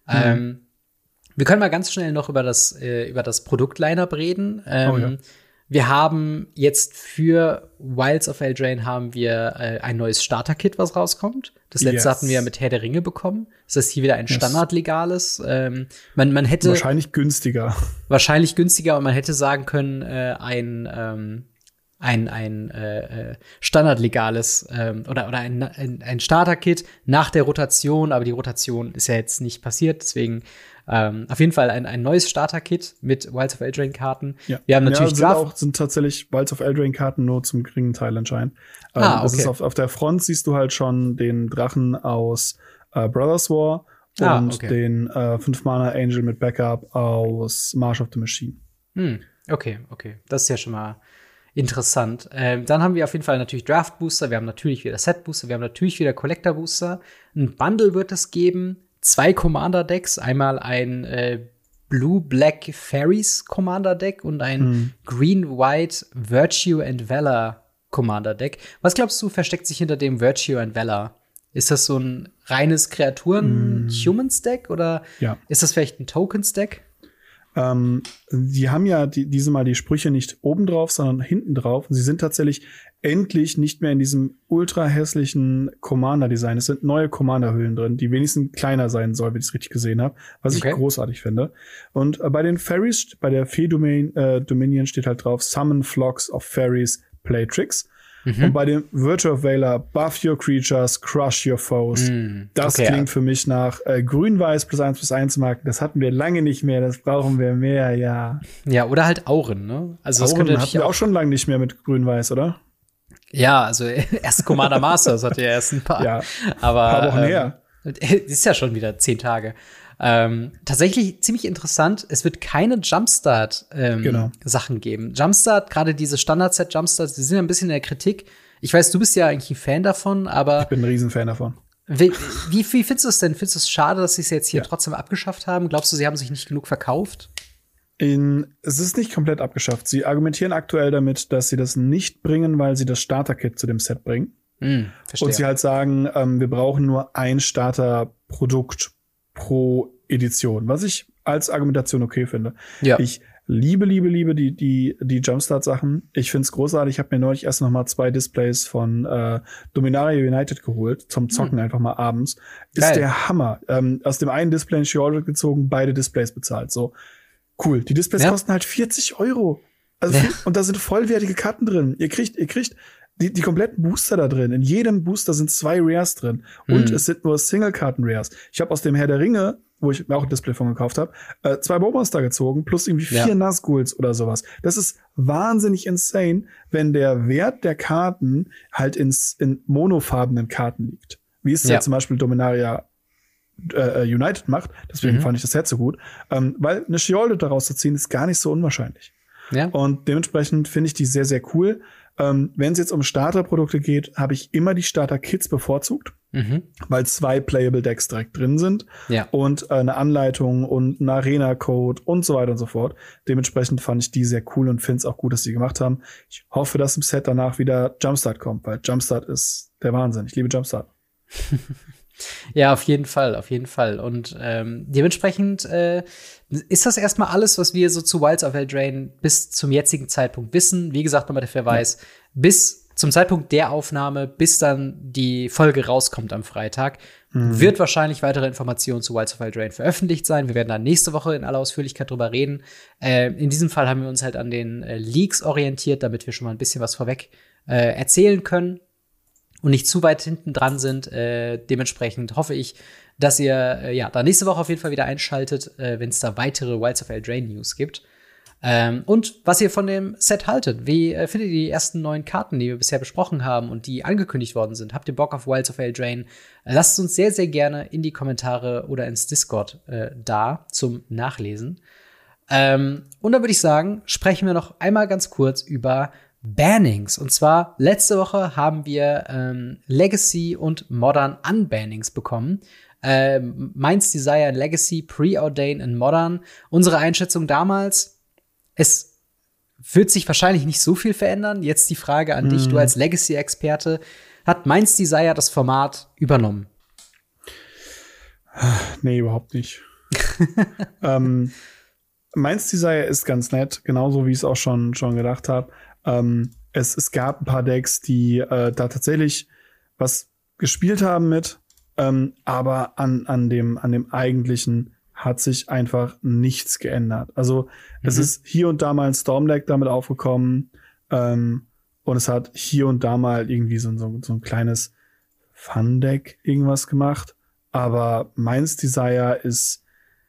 Wir können mal ganz schnell noch über das Produkt-Line-Up reden. Wir haben jetzt für Wilds of Eldraine haben wir ein neues Starter-Kit, was rauskommt. Das letzte hatten wir mit Herr der Ringe bekommen. Das heißt, hier wieder ein standardlegales. Man hätte wahrscheinlich günstiger. Wahrscheinlich günstiger, und man hätte sagen können, ein standardlegales oder ein Starter-Kit nach der Rotation, aber die Rotation ist ja jetzt nicht passiert, deswegen auf jeden Fall ein neues Starter-Kit mit Wilds of Eldraine-Karten. Ja. Wir haben natürlich sind tatsächlich Wilds of Eldraine-Karten nur zum geringen Teil anscheinend. Das ist auf der Front siehst du halt schon den Drachen aus Brothers War und den 5-Mana-Angel mit Backup aus March of the Machine. Okay. Das ist ja schon mal interessant. Dann haben wir auf jeden Fall natürlich Draft Booster, wir haben natürlich wieder Set Booster, wir haben natürlich wieder Collector Booster. Ein Bundle wird es geben, 2 Commander Decks, einmal ein Blue-Black Fairies Commander Deck und ein Green-White Virtue and Valor Commander Deck. Was glaubst du, versteckt sich hinter dem Virtue and Valor? Ist das so ein reines Kreaturen-Humans-Deck oder ist das vielleicht ein Tokens-Deck? Die haben ja diese Mal die Sprüche nicht oben drauf, sondern hinten drauf. Und sie sind tatsächlich endlich nicht mehr in diesem ultra hässlichen Commander-Design. Es sind neue Commander-Hüllen drin, die wenigstens kleiner sein soll, wenn ich es richtig gesehen habe, was ich großartig finde. Und bei den Fairies, bei der Fee-Dominion steht halt drauf, Summon Flocks of Fairies, Play Tricks. Und bei dem Virtue of Valor, Buff Your Creatures, Crush Your Foes. Das klingt für mich nach Grün-Weiß +1/+1 Marken. Das hatten wir lange nicht mehr, das brauchen wir mehr, ja. Ja, oder halt Auren, ne? Also das könnte hatten wir auch schon lange nicht mehr mit Grün-Weiß, oder? Ja, also erst Commander Masters hatte ja erst ein paar. Ja, aber ein paar Wochen her. Ist ja schon wieder 10 Tage. Tatsächlich ziemlich interessant. Es wird keine Jumpstart-Sachen geben. Jumpstart, gerade diese Standard-Set-Jumpstarts, die sind ja ein bisschen in der Kritik. Ich weiß, du bist ja eigentlich ein Fan davon, aber ich bin ein Riesenfan davon. Wie findest du es denn? Findest du es schade, dass sie es jetzt hier trotzdem abgeschafft haben? Glaubst du, sie haben sich nicht genug verkauft? Es ist nicht komplett abgeschafft. Sie argumentieren aktuell damit, dass sie das nicht bringen, weil sie das Starter-Kit zu dem Set bringen. Verstehe. Und sie halt sagen, wir brauchen nur ein Starter-Produkt pro Edition, was ich als Argumentation okay finde. Ja. Ich liebe die Jumpstart-Sachen. Ich finde es großartig. Ich habe mir neulich erst noch mal 2 Displays von Dominaria United geholt, zum Zocken einfach mal abends. Geil. Ist der Hammer. Aus dem einen Display ein Sheoldred gezogen, beide Displays bezahlt. So, cool. Die Displays kosten halt 40 €. Also und da sind vollwertige Karten drin. Ihr kriegt die kompletten Booster da drin. In jedem Booster sind 2 Rares drin. Und es sind nur Single-Karten-Rares. Ich habe aus dem Herr der Ringe, wo ich mir auch ein Display von gekauft habe, 2 Bowmaster gezogen, plus irgendwie 4 Nazguls oder sowas. Das ist wahnsinnig insane, wenn der Wert der Karten halt in monofarbenen Karten liegt. Wie es ja zum Beispiel Dominaria United macht. Deswegen fand ich das Set so gut. Weil eine Sheoldred daraus zu ziehen, ist gar nicht so unwahrscheinlich. Ja. Und dementsprechend finde ich die sehr, sehr cool. Wenn es jetzt um Starterprodukte geht, habe ich immer die Starter-Kits bevorzugt, weil 2 Playable Decks direkt drin sind und eine Anleitung und ein Arena-Code und so weiter und so fort. Dementsprechend fand ich die sehr cool und finde es auch gut, dass sie gemacht haben. Ich hoffe, dass im Set danach wieder Jumpstart kommt, weil Jumpstart ist der Wahnsinn. Ich liebe Jumpstart. Ja, auf jeden Fall. Und dementsprechend ist das erstmal alles, was wir so zu Wilds of Eldraine bis zum jetzigen Zeitpunkt wissen. Wie gesagt, nochmal der Verweis, bis zum Zeitpunkt der Aufnahme, bis dann die Folge rauskommt am Freitag, wird wahrscheinlich weitere Informationen zu Wilds of Eldraine veröffentlicht sein. Wir werden dann nächste Woche in aller Ausführlichkeit drüber reden. In diesem Fall haben wir uns halt an den Leaks orientiert, damit wir schon mal ein bisschen was vorweg erzählen können und nicht zu weit hinten dran sind. Dementsprechend hoffe ich, dass ihr da nächste Woche auf jeden Fall wieder einschaltet, wenn es da weitere Wilds of Eldraine News gibt. Und was ihr von dem Set haltet. Wie findet ihr die ersten 9 Karten, die wir bisher besprochen haben und die angekündigt worden sind? Habt ihr Bock auf Wilds of Eldraine? Lasst uns sehr, sehr gerne in die Kommentare oder ins Discord da zum Nachlesen. Und dann würde ich sagen, sprechen wir noch einmal ganz kurz über Bannings. Und zwar, letzte Woche haben wir Legacy und Modern Unbannings bekommen. Mind's Desire in Legacy, Preordain in Modern. Unsere Einschätzung damals, es wird sich wahrscheinlich nicht so viel verändern. Jetzt die Frage an dich, du als Legacy-Experte. Hat Mind's Desire das Format übernommen? Nee, überhaupt nicht. Mainz Desire ist ganz nett, genauso wie ich es auch schon gedacht habe. Es gab ein paar Decks, die da tatsächlich was gespielt haben mit, aber an dem eigentlichen hat sich einfach nichts geändert. Also es ist hier und da mal ein Storm-Deck damit aufgekommen, und es hat hier und da mal irgendwie so ein kleines Fun-Deck irgendwas gemacht. Aber Mainz Desire es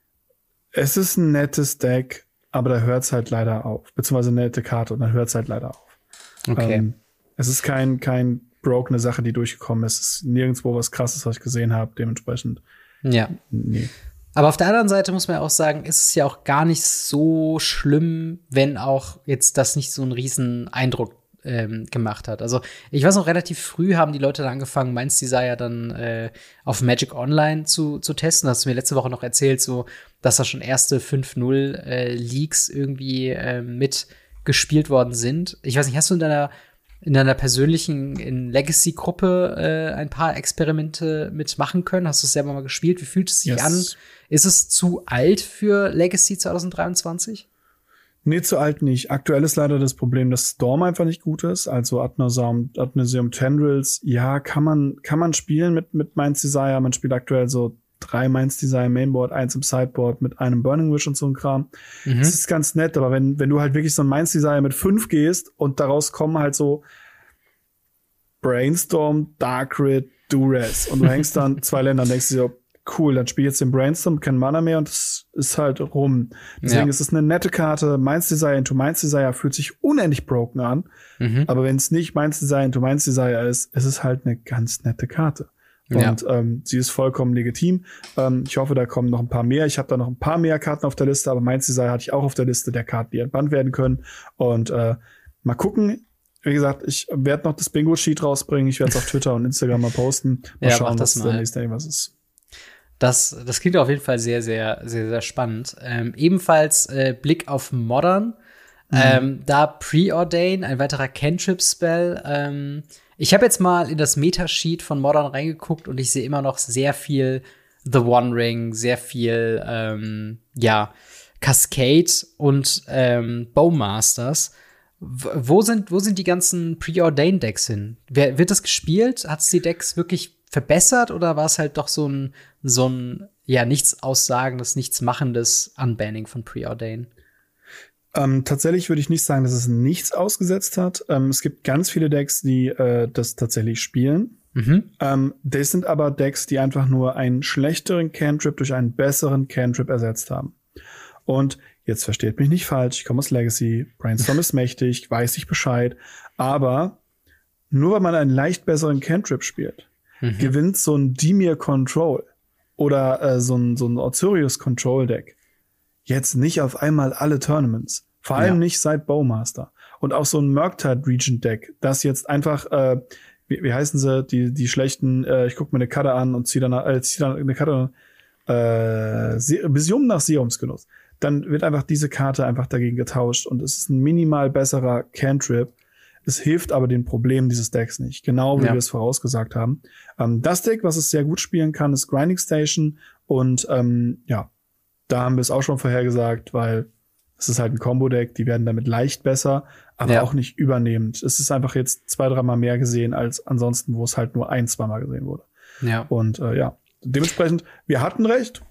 ist ein nettes Deck, aber da hört's halt leider auf. Beziehungsweise eine nette Karte und dann hört's halt leider auf. Okay. Es ist kein brokene Sache, die durchgekommen ist. Es ist nirgendwo was Krasses, was ich gesehen habe. Dementsprechend. Ja. Nee. Aber auf der anderen Seite muss man ja auch sagen, ist es ja auch gar nicht so schlimm, wenn auch jetzt das nicht so einen riesen Eindruck gemacht hat. Also ich weiß noch, relativ früh haben die Leute dann angefangen, Mainz Desire dann auf Magic Online zu testen. Das hast du mir letzte Woche noch erzählt, so dass da schon erste 5-0 Leaks irgendwie mitgespielt worden sind. Ich weiß nicht, hast du in deiner persönlichen Legacy-Gruppe ein paar Experimente mitmachen können? Hast du es selber mal gespielt? Wie fühlt es sich an? Ist es zu alt für Legacy 2023? Nee, zu alt nicht. Aktuell ist leider das Problem, dass Storm einfach nicht gut ist. Also Ad Nauseam Tendrils, ja, kann man spielen mit Mainz Desire. Man spielt aktuell so 3 Mainz Desire Mainboard, 1 im Sideboard mit einem Burning Wish und so ein Kram. Das ist ganz nett, aber wenn du halt wirklich so ein Mainz Desire mit 5 gehst und daraus kommen halt so Brainstorm, Darkrit, Duress und du hängst dann 2 Länder und denkst dir so, cool, dann spiel ich jetzt den Brainstorm, kein Mana mehr und es ist halt rum. Deswegen ist es eine nette Karte. Mainz Desire into Mainz Desire fühlt sich unendlich broken an. Aber wenn es nicht Mainz Desire into Mainz Desire ist, es ist halt eine ganz nette Karte. Und sie ist vollkommen legitim. Ich hoffe, da kommen noch ein paar mehr. Ich habe da noch ein paar mehr Karten auf der Liste, aber Mainz Desire hatte ich auch auf der Liste der Karten, die entbannt werden können. Und mal gucken. Wie gesagt, ich werde noch das Bingo-Sheet rausbringen. Ich werde es auf Twitter und Instagram mal posten. Mal schauen, was der nächste irgendwas ist. Das klingt auf jeden Fall sehr, sehr, sehr, sehr spannend. Ebenfalls Blick auf Modern. Da Preordain, ein weiterer Cantrip-Spell. Ich habe jetzt mal in das Metasheet von Modern reingeguckt und ich sehe immer noch sehr viel The One Ring, sehr viel Cascade und Bowmasters. Wo sind die ganzen Preordain-Decks hin? Wird das gespielt? Hat es die Decks wirklich verbessert oder war es halt doch so ein nichts aussagendes, nichts machendes Unbanning von Preordain? Tatsächlich würde ich nicht sagen, dass es nichts ausgesetzt hat. Es gibt ganz viele Decks, die das tatsächlich spielen. Das sind aber Decks, die einfach nur einen schlechteren Cantrip durch einen besseren Cantrip ersetzt haben. Und jetzt versteht mich nicht falsch, ich komme aus Legacy, Brainstorm ist mächtig, weiß ich Bescheid, aber nur weil man einen leicht besseren Cantrip spielt, gewinnt so ein Dimir Control oder so ein Azorius Control Deck jetzt nicht auf einmal alle Tournaments. Vor allem nicht seit Bowmaster. Und auch so ein Murktide Regent Deck, das jetzt einfach, wie heißen sie, die schlechten, ich guck mir eine Karte an und zieh dann eine Karte Vision nach Serumsgenuss. Dann wird einfach diese Karte einfach dagegen getauscht und es ist ein minimal besserer Cantrip. Es hilft aber den Problemen dieses Decks nicht, genau wie wir es vorausgesagt haben. Das Deck, was es sehr gut spielen kann, ist Grinding Station und da haben wir es auch schon vorhergesagt, weil es ist halt ein Combo-Deck, die werden damit leicht besser, aber auch nicht übernehmend. Es ist einfach jetzt 2-3 Mal mehr gesehen als ansonsten, wo es halt nur 1-2 Mal gesehen wurde. Ja. Und dementsprechend, wir hatten recht.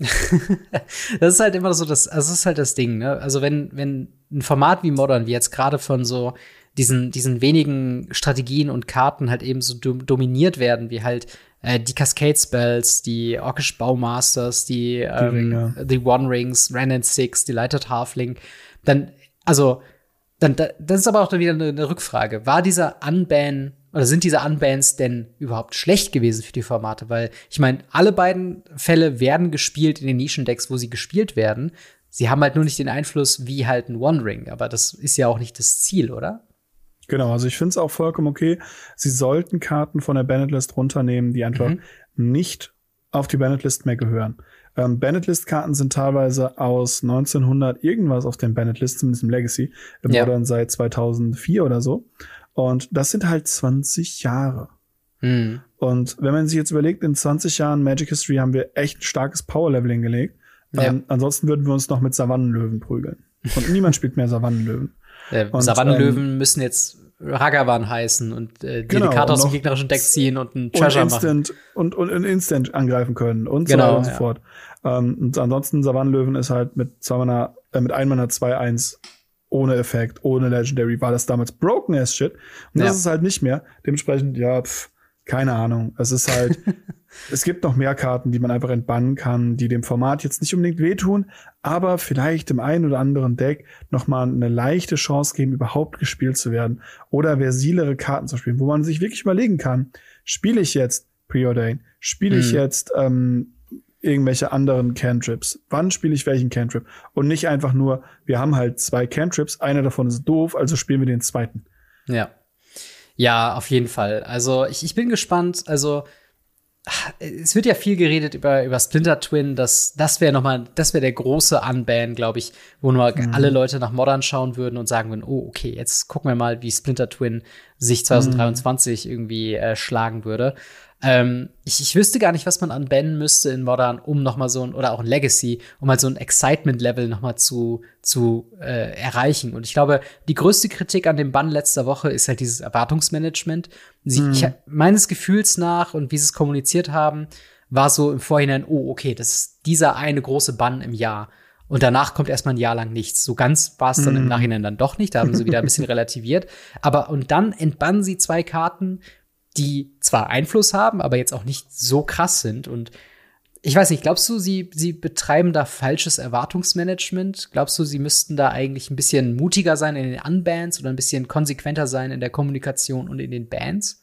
Das ist halt immer so, das ist halt das Ding, ne? Also wenn ein Format wie Modern, wie jetzt gerade von so diesen wenigen Strategien und Karten halt eben so dominiert werden, wie halt die Cascade Spells, die Orkish Bowmasters, die One Rings, Ren and Six, die Lighted Halfling, dann das ist aber auch dann wieder eine Rückfrage. War dieser Unban oder sind diese Unbans denn überhaupt schlecht gewesen für die Formate? Weil ich meine, alle beiden Fälle werden gespielt in den Nischendecks, wo sie gespielt werden. Sie haben halt nur nicht den Einfluss wie halt ein One Ring, aber das ist ja auch nicht das Ziel, oder? Genau, also ich finde es auch vollkommen okay. Sie sollten Karten von der Banned-List runternehmen, die einfach nicht auf die Banned-List mehr gehören. Banned-List-Karten sind teilweise aus 1900 irgendwas auf den Banned-List, zumindest im Legacy, im Modern seit 2004 oder so. Und das sind halt 20 Jahre. Und wenn man sich jetzt überlegt, in 20 Jahren Magic History haben wir echt ein starkes Power-Level hingelegt. Ansonsten würden wir uns noch mit Savannenlöwen prügeln. Und niemand spielt mehr Savannenlöwen. Savannenlöwen müssen jetzt Ragavan heißen und die Karte aus dem gegnerischen Deck ziehen und einen Treasure machen. Und Instant angreifen können und so weiter und so fort. Und ansonsten Savannenlöwen ist halt mit 1 Mana 2/1 ohne Effekt, ohne Legendary, war das damals broken as shit. Und das ist halt nicht mehr. Dementsprechend, keine Ahnung. Es ist halt, es gibt noch mehr Karten, die man einfach entbannen kann, die dem Format jetzt nicht unbedingt wehtun, aber vielleicht im einen oder anderen Deck noch mal eine leichte Chance geben, überhaupt gespielt zu werden. Oder versilere Karten zu spielen, wo man sich wirklich überlegen kann, spiele ich jetzt Preordain? Spiele ich jetzt irgendwelche anderen Cantrips? Wann spiele ich welchen Cantrip? Und nicht einfach nur, wir haben halt 2 Cantrips, einer davon ist doof, also spielen wir den zweiten. Ja, auf jeden Fall. Also ich bin gespannt. Also es wird ja viel geredet über Splinter Twin. Das wäre der große Unban, glaube ich, wo nur alle Leute nach Modern schauen würden und sagen würden, oh, okay, jetzt gucken wir mal, wie Splinter Twin sich 2023 irgendwie schlagen würde. Ich wüsste gar nicht, was man unbannen müsste in Modern, um noch mal oder auch in Legacy, um halt so ein Excitement-Level noch mal zu erreichen. Und ich glaube, die größte Kritik an dem Bann letzter Woche ist halt dieses Erwartungsmanagement. Meines Gefühls nach und wie sie es kommuniziert haben, war so im Vorhinein, oh, okay, das ist dieser eine große Bann im Jahr. Und danach kommt erstmal ein Jahr lang nichts. So ganz war es dann im Nachhinein dann doch nicht. Da haben sie wieder ein bisschen relativiert. Und dann entbannen sie 2 Karten, die zwar Einfluss haben, aber jetzt auch nicht so krass sind. Und ich weiß nicht, glaubst du, sie betreiben da falsches Erwartungsmanagement? Glaubst du, sie müssten da eigentlich ein bisschen mutiger sein in den Unbans oder ein bisschen konsequenter sein in der Kommunikation und in den Bans?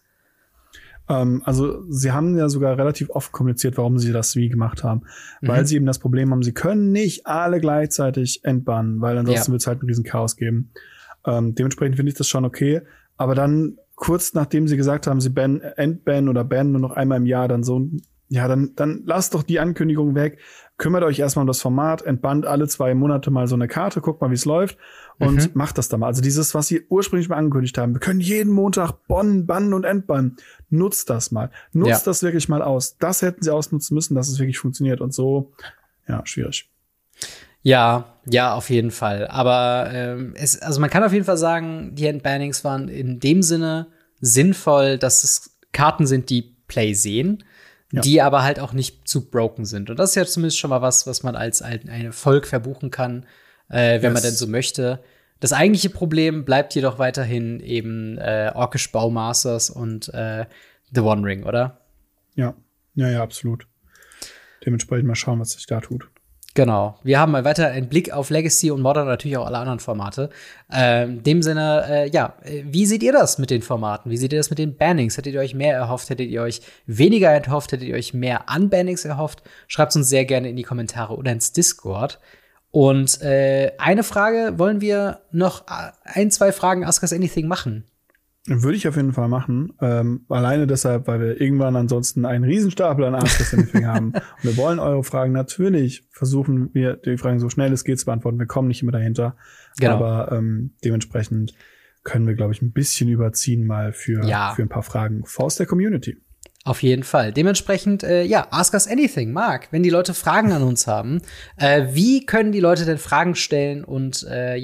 Also sie haben ja sogar relativ oft kommuniziert, warum sie das wie gemacht haben. Weil sie eben das Problem haben, sie können nicht alle gleichzeitig entbannen, weil ansonsten wird es halt ein riesen Chaos geben. Dementsprechend finde ich das schon okay. Aber dann kurz nachdem sie gesagt haben, sie entbannen oder bannen nur noch einmal im Jahr, dann dann lasst doch die Ankündigung weg. Kümmert euch erstmal um das Format, entbannt alle 2 Monate mal so eine Karte, guckt mal, wie es läuft und macht das dann mal. Also dieses, was sie ursprünglich mal angekündigt haben, wir können jeden Montag bannen und entbannen. Nutzt das mal. Nutzt das wirklich mal aus. Das hätten sie ausnutzen müssen, dass es wirklich funktioniert. Und so, schwierig. Ja, auf jeden Fall. Aber also man kann auf jeden Fall sagen, die Entbannings waren in dem Sinne sinnvoll, dass es Karten sind, die Play sehen, die aber halt auch nicht zu broken sind. Und das ist ja zumindest schon mal was man als ein Erfolg verbuchen kann, wenn man denn so möchte. Das eigentliche Problem bleibt jedoch weiterhin eben Orkish Bowmasters und The One Ring, oder? Ja, absolut. Dementsprechend mal schauen, was sich da tut. Genau. Wir haben mal weiter einen Blick auf Legacy und Modern und natürlich auch alle anderen Formate. In dem Sinne, wie seht ihr das mit den Formaten? Wie seht ihr das mit den Bannings? Hättet ihr euch mehr erhofft? Hättet ihr euch weniger erhofft? Hättet ihr euch mehr Unbannings erhofft? Schreibt uns sehr gerne in die Kommentare oder ins Discord. Und eine Frage, wollen wir noch 1-2 Fragen Ask Us Anything machen? Würde ich auf jeden Fall machen. Alleine deshalb, weil wir irgendwann ansonsten einen Riesenstapel an Ask Us Anything haben. Und wir wollen eure Fragen natürlich versuchen, wir die Fragen so schnell es geht zu beantworten. Wir kommen nicht immer dahinter. Genau. Aber dementsprechend können wir, glaube ich, ein bisschen überziehen mal für ein paar Fragen aus der Community. Auf jeden Fall. Dementsprechend, Ask Us Anything. Marc, wenn die Leute Fragen an uns haben, wie können die Leute denn Fragen stellen und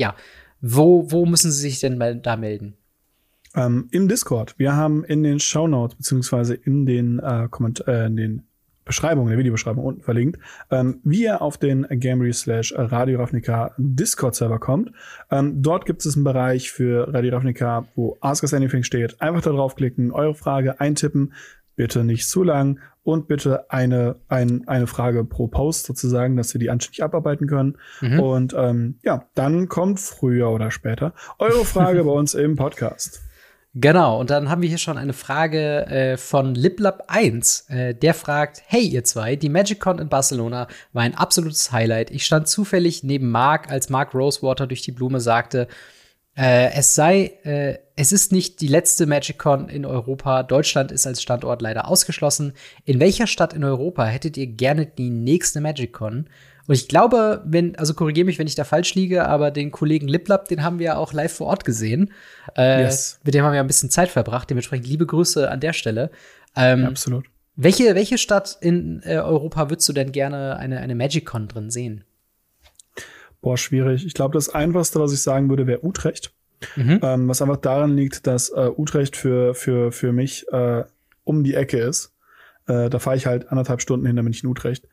wo müssen sie sich denn da melden? Im Discord. Wir haben in den Shownotes beziehungsweise in den Beschreibungen, der Videobeschreibung unten verlinkt, wie ihr auf den Gamery/Radio Ravnica Discord-Server kommt. Dort gibt es einen Bereich für Radio Ravnica, wo Ask Us Anything steht. Einfach da draufklicken, eure Frage eintippen. Bitte nicht zu lang und bitte eine Frage pro Post sozusagen, dass wir die anständig abarbeiten können. Und dann kommt früher oder später eure Frage bei uns im Podcast. Genau, und dann haben wir hier schon eine Frage von LipLab1. Der fragt, hey ihr zwei, die MagicCon in Barcelona war ein absolutes Highlight. Ich stand zufällig neben Marc, als Mark Rosewater durch die Blume sagte, es ist nicht die letzte MagicCon in Europa. Deutschland ist als Standort leider ausgeschlossen. In welcher Stadt in Europa hättet ihr gerne die nächste MagicCon? Und ich glaube, korrigiere mich, wenn ich da falsch liege, aber den Kollegen LipLab, den haben wir ja auch live vor Ort gesehen. Yes. Mit dem haben wir ein bisschen Zeit verbracht. Dementsprechend liebe Grüße an der Stelle. Absolut. Welche Stadt in Europa würdest du denn gerne eine MagicCon drin sehen? Boah, schwierig. Ich glaube, das Einfachste, was ich sagen würde, wäre Utrecht. Was einfach daran liegt, dass Utrecht für mich um die Ecke ist. Da fahre ich halt 1,5 Stunden hin, dann bin ich in Utrecht.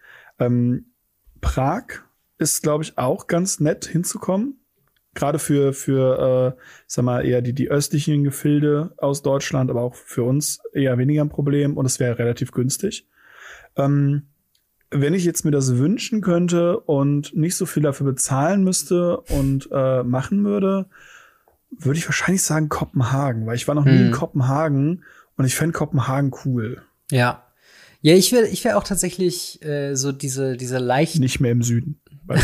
Prag ist, glaube ich, auch ganz nett hinzukommen. Gerade für sag mal, eher die östlichen Gefilde aus Deutschland, aber auch für uns eher weniger ein Problem und es wäre relativ günstig. Wenn ich jetzt mir das wünschen könnte und nicht so viel dafür bezahlen müsste und machen würde ich wahrscheinlich sagen Kopenhagen, weil ich war noch nie in Kopenhagen und ich fände Kopenhagen cool. Ja. Ja, ich wär auch tatsächlich so diese leicht. Nicht mehr im Süden.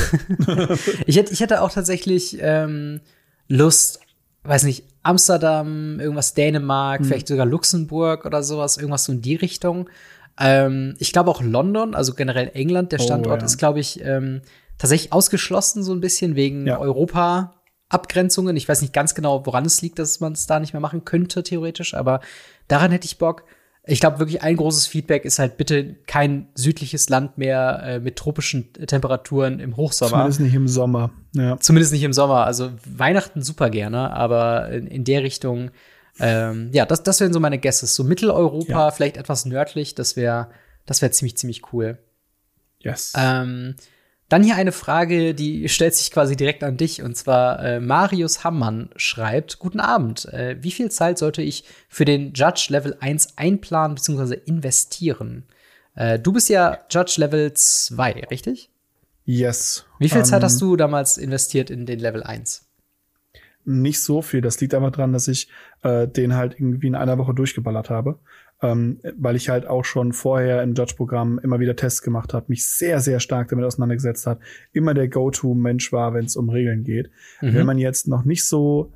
Ich hätte auch tatsächlich Lust, weiß nicht, Amsterdam, irgendwas Dänemark, vielleicht sogar Luxemburg oder sowas, irgendwas so in die Richtung. Ich glaube auch London, also generell England, der Standort ist, glaube ich, tatsächlich ausgeschlossen so ein bisschen wegen Europa-Abgrenzungen. Ich weiß nicht ganz genau, woran es liegt, dass man es da nicht mehr machen könnte, theoretisch, aber daran hätte ich Bock. Ich glaube wirklich, ein großes Feedback ist halt bitte kein südliches Land mehr mit tropischen Temperaturen im Hochsommer. Zumindest nicht im Sommer. Ja. Zumindest nicht im Sommer. Also Weihnachten super gerne, aber in der Richtung, das wären so meine Guesses. So Mitteleuropa, vielleicht etwas nördlich, das wäre ziemlich cool. Yes. Dann hier eine Frage, die stellt sich quasi direkt an dich. Und zwar Marius Hammann schreibt: Guten Abend. Wie viel Zeit sollte ich für den Judge Level 1 einplanen bzw. investieren? Du bist ja Judge Level 2, richtig? Yes. Wie viel Zeit hast du damals investiert in den Level 1? Nicht so viel. Das liegt einfach daran, dass ich den halt irgendwie in einer Woche durchgeballert habe. Weil ich halt auch schon vorher im Judge-Programm immer wieder Tests gemacht habe, mich sehr, sehr stark damit auseinandergesetzt hat, immer der Go-To-Mensch war, wenn es um Regeln geht. Wenn man jetzt noch nicht so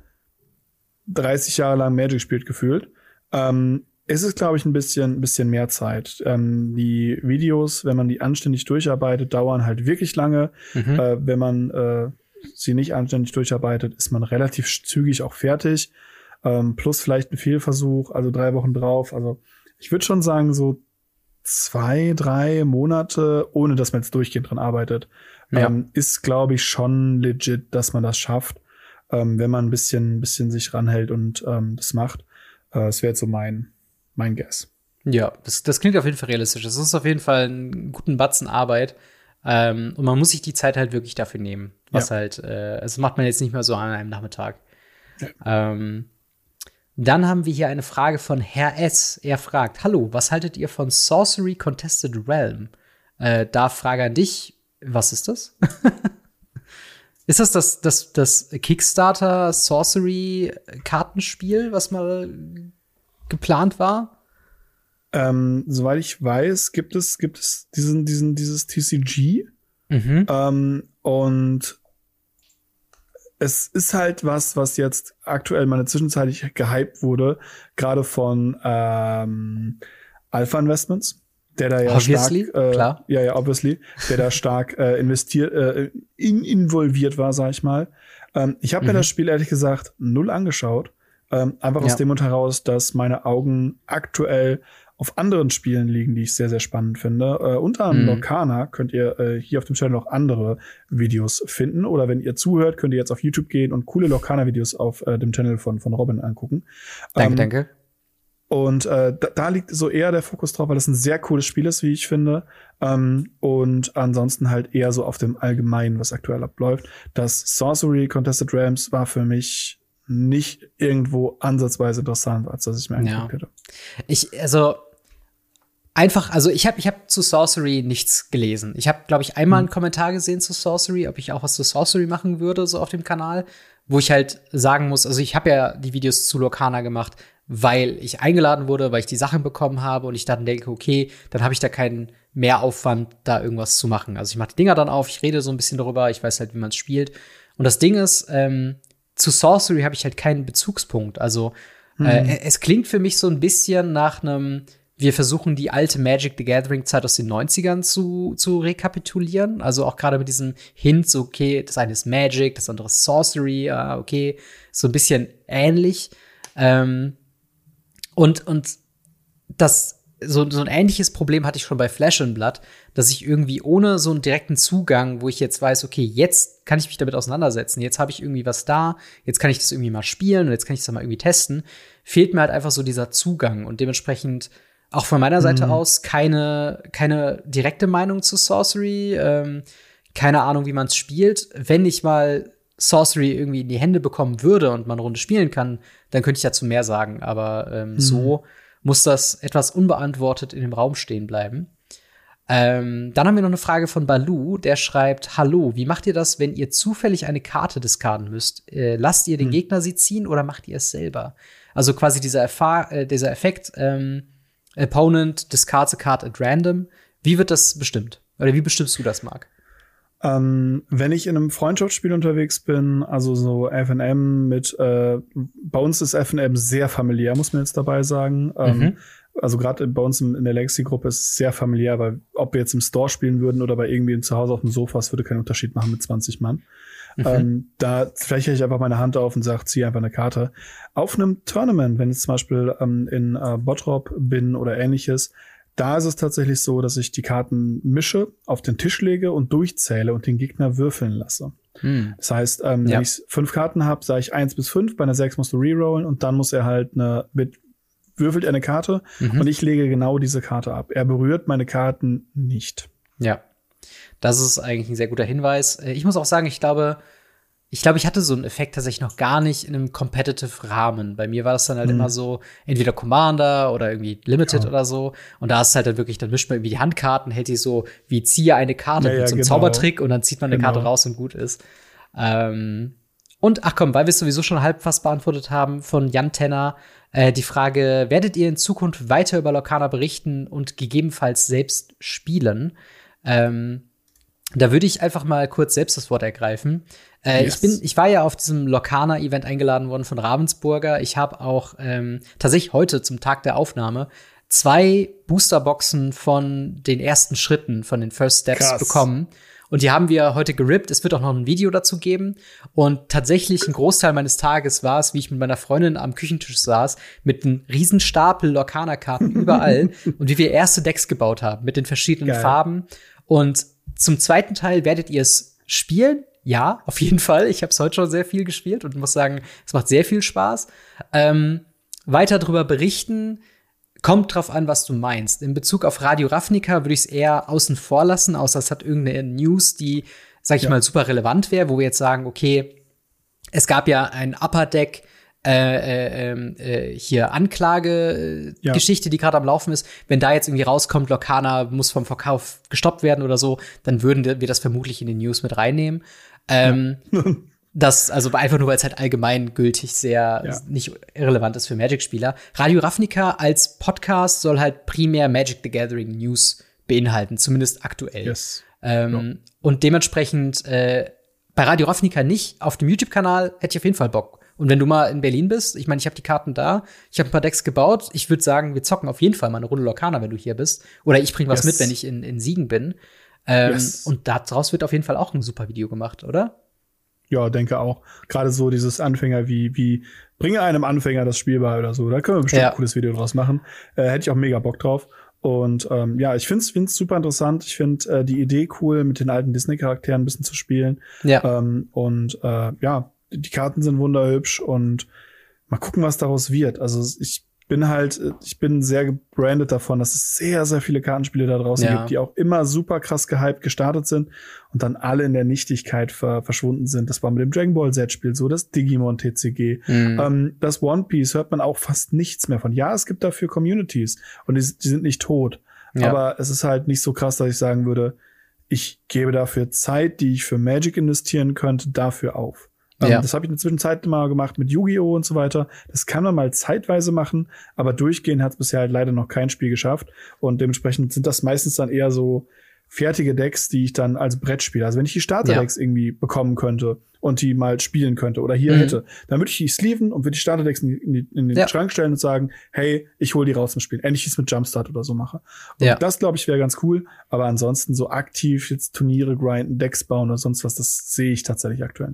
30 Jahre lang Magic spielt, gefühlt, ist es, glaube ich, ein bisschen mehr Zeit. Die Videos, wenn man die anständig durcharbeitet, dauern halt wirklich lange. Wenn man sie nicht anständig durcharbeitet, ist man relativ zügig auch fertig. Plus vielleicht ein Fehlversuch, also 3 Wochen drauf. Also ich würde schon sagen, so 2, 3 Monate, ohne dass man jetzt durchgehend dran arbeitet, ist, glaube ich, schon legit, dass man das schafft, wenn man ein bisschen sich ranhält und das macht. Das wäre jetzt so mein Guess. Ja, das klingt auf jeden Fall realistisch. Das ist auf jeden Fall einen guten Batzen Arbeit. Und man muss sich die Zeit halt wirklich dafür nehmen. Was halt, das macht man jetzt nicht mehr so an einem Nachmittag. Ja. Dann haben wir hier eine Frage von Herr S. Er fragt: Hallo, was haltet ihr von Sorcery Contested Realm? Da Frage an dich, was ist das? Ist das Kickstarter Sorcery Kartenspiel, was mal geplant war? Soweit ich weiß, gibt es dieses TCG. Und es ist halt was jetzt aktuell mal zwischenzeitlich gehypt wurde, gerade von Alpha Investments, der da ja obviously, stark, klar. Obviously, der da stark involviert war, sag ich mal. Ich habe mir das Spiel ehrlich gesagt 0 angeschaut, einfach aus dem Grund heraus, dass meine Augen aktuell auf anderen Spielen liegen, die ich sehr, sehr spannend finde. Unter anderem Lorcana könnt ihr hier auf dem Channel noch andere Videos finden. Oder wenn ihr zuhört, könnt ihr jetzt auf YouTube gehen und coole Lorcana-Videos auf dem Channel von Robin angucken. Danke. Und da liegt so eher der Fokus drauf, weil das ein sehr cooles Spiel ist, wie ich finde. Und ansonsten halt eher so auf dem Allgemeinen, was aktuell abläuft. Das Sorcery Contested Realms war für mich nicht irgendwo ansatzweise interessant, als dass ich mir angeguckt hätte. Ich habe zu Sorcery nichts gelesen. Ich habe, glaube ich, einmal einen Kommentar gesehen zu Sorcery, ob ich auch was zu Sorcery machen würde, so auf dem Kanal, wo ich halt sagen muss, also ich habe ja die Videos zu Lorcana gemacht, weil ich eingeladen wurde, weil ich die Sachen bekommen habe und ich dann denke, okay, dann habe ich da keinen Mehraufwand, da irgendwas zu machen. Also ich mache die Dinger dann auf, ich rede so ein bisschen darüber, ich weiß halt, wie man es spielt. Und das Ding ist, zu Sorcery habe ich halt keinen Bezugspunkt. Also es klingt für mich so ein bisschen nach einem, wir versuchen die alte Magic the Gathering Zeit aus den 90ern zu rekapitulieren. Also auch gerade mit diesem Hint, so okay, das eine ist Magic, das andere ist Sorcery, okay, so ein bisschen ähnlich. Und das so ein ähnliches Problem hatte ich schon bei Flesh and Blood, dass ich irgendwie ohne so einen direkten Zugang, wo ich jetzt weiß, okay, jetzt kann ich mich damit auseinandersetzen, jetzt habe ich irgendwie was da, jetzt kann ich das irgendwie mal spielen und jetzt kann ich das mal irgendwie testen, fehlt mir halt einfach so dieser Zugang und dementsprechend auch von meiner Seite aus keine direkte Meinung zu Sorcery, keine Ahnung, wie man es spielt. Wenn ich mal Sorcery irgendwie in die Hände bekommen würde und man eine Runde spielen kann, dann könnte ich dazu mehr sagen, aber so muss das etwas unbeantwortet in dem Raum stehen bleiben. Dann haben wir noch eine Frage von Balu, der schreibt: Hallo, wie macht ihr das, wenn ihr zufällig eine Karte diskarden müsst? Lasst ihr den Gegner sie ziehen oder macht ihr es selber? Also quasi dieser Effekt, Opponent discards a card at random. Wie wird das bestimmt? Oder wie bestimmst du das, Marc? Wenn ich in einem Freundschaftsspiel unterwegs bin, also so FNM mit, bei uns ist FNM sehr familiär, muss man jetzt dabei sagen. Also gerade bei uns in der Legacy-Gruppe ist es sehr familiär, weil ob wir jetzt im Store spielen würden oder bei irgendwie zu Hause auf dem Sofa, es würde keinen Unterschied machen mit 20 Mann. Da fläche ich einfach meine Hand auf und sage, zieh einfach eine Karte. Auf einem Tournament, wenn ich zum Beispiel in Bottrop bin oder ähnliches, da ist es tatsächlich so, dass ich die Karten mische, auf den Tisch lege und durchzähle und den Gegner würfeln lasse. Das heißt, wenn ich 5 Karten habe, sage ich 1 bis 5, bei einer 6 musst du rerollen und dann muss er halt würfelt er eine Karte und ich lege genau diese Karte ab. Er berührt meine Karten nicht. Ja, das ist eigentlich ein sehr guter Hinweis. Ich muss auch sagen, ich glaube, ich hatte so einen Effekt tatsächlich noch gar nicht in einem competitive Rahmen. Bei mir war das dann halt immer so, entweder Commander oder irgendwie Limited oder so. Und da ist halt dann wirklich, dann mischt man irgendwie die Handkarten, hält die so wie ziehe eine Karte mit so einem Zaubertrick und dann zieht man eine Karte raus und gut ist. Und ach komm, weil wir es sowieso schon halb fast beantwortet haben von Jan Tenner, die Frage: Werdet ihr in Zukunft weiter über Lorcana berichten und gegebenenfalls selbst spielen? Da würde ich einfach mal kurz selbst das Wort ergreifen. Ich war ja auf diesem Lorcana-Event eingeladen worden von Ravensburger. Ich habe auch tatsächlich heute zum Tag der Aufnahme 2 Boosterboxen von den ersten Schritten, von den First Steps bekommen. Und die haben wir heute gerippt. Es wird auch noch ein Video dazu geben. Und tatsächlich ein Großteil meines Tages war es, wie ich mit meiner Freundin am Küchentisch saß, mit einem riesen Stapel Lorcana-Karten überall und wie wir erste Decks gebaut haben mit den verschiedenen Farben. Und zum zweiten Teil werdet ihr es spielen. Ja, auf jeden Fall. Ich habe es heute schon sehr viel gespielt und muss sagen, es macht sehr viel Spaß. Weiter darüber berichten, kommt drauf an, was du meinst. In Bezug auf Radio Ravnica würde ich es eher außen vor lassen, außer es hat irgendeine News, die, sag ich mal, super relevant wäre, wo wir jetzt sagen, okay, es gab ja ein Upper Deck, hier Anklage-Geschichte, die gerade am Laufen ist. Wenn da jetzt irgendwie rauskommt, Lorcana muss vom Verkauf gestoppt werden oder so, dann würden wir das vermutlich in die News mit reinnehmen. Das, also einfach nur, weil es halt allgemeingültig sehr nicht irrelevant ist für Magic-Spieler. Radio Ravnica als Podcast soll halt primär Magic the Gathering News beinhalten, zumindest aktuell. Und dementsprechend bei Radio Ravnica nicht, auf dem YouTube-Kanal hätte ich auf jeden Fall Bock. Und wenn du mal in Berlin bist, ich meine, ich habe die Karten da, ich habe ein paar Decks gebaut, ich würde sagen, wir zocken auf jeden Fall mal eine Runde Lorcana, wenn du hier bist. Oder ich bringe was mit, wenn ich in Siegen bin. Und daraus wird auf jeden Fall auch ein super Video gemacht, oder? Ja, denke auch. Gerade so dieses Anfänger wie bringe einem Anfänger das Spiel bei oder so. Da können wir bestimmt ein cooles Video draus machen. Hätte ich auch mega Bock drauf. Und ich find's super interessant. Ich finde die Idee cool, mit den alten Disney-Charakteren ein bisschen zu spielen. Die Karten sind wunderhübsch und mal gucken, was daraus wird. Also ich bin sehr gebrandet davon, dass es sehr, sehr viele Kartenspiele da draußen gibt, die auch immer super krass gehypt gestartet sind und dann alle in der Nichtigkeit verschwunden sind. Das war mit dem Dragon Ball Z-Spiel so, das Digimon TCG. Das One Piece hört man auch fast nichts mehr von. Ja, es gibt dafür Communities und die sind nicht tot. Aber es ist halt nicht so krass, dass ich sagen würde, ich gebe dafür Zeit, die ich für Magic investieren könnte, dafür auf. Das habe ich in der Zwischenzeit mal gemacht mit Yu-Gi-Oh! Und so weiter. Das kann man mal zeitweise machen, aber durchgehend hat es bisher halt leider noch kein Spiel geschafft. Und dementsprechend sind das meistens dann eher so fertige Decks, die ich dann als Brett spiele. Also wenn ich die Starterdecks irgendwie bekommen könnte und die mal spielen könnte oder hier hätte, dann würde ich die sleeven und würde die Starterdecks in den Schrank stellen und sagen, hey, ich hole die raus zum Spielen. Ähnlich wie ich es mit Jumpstart oder so mache. Und das, glaube ich, wäre ganz cool. Aber ansonsten so aktiv jetzt Turniere grinden, Decks bauen oder sonst was, das sehe ich tatsächlich aktuell nicht.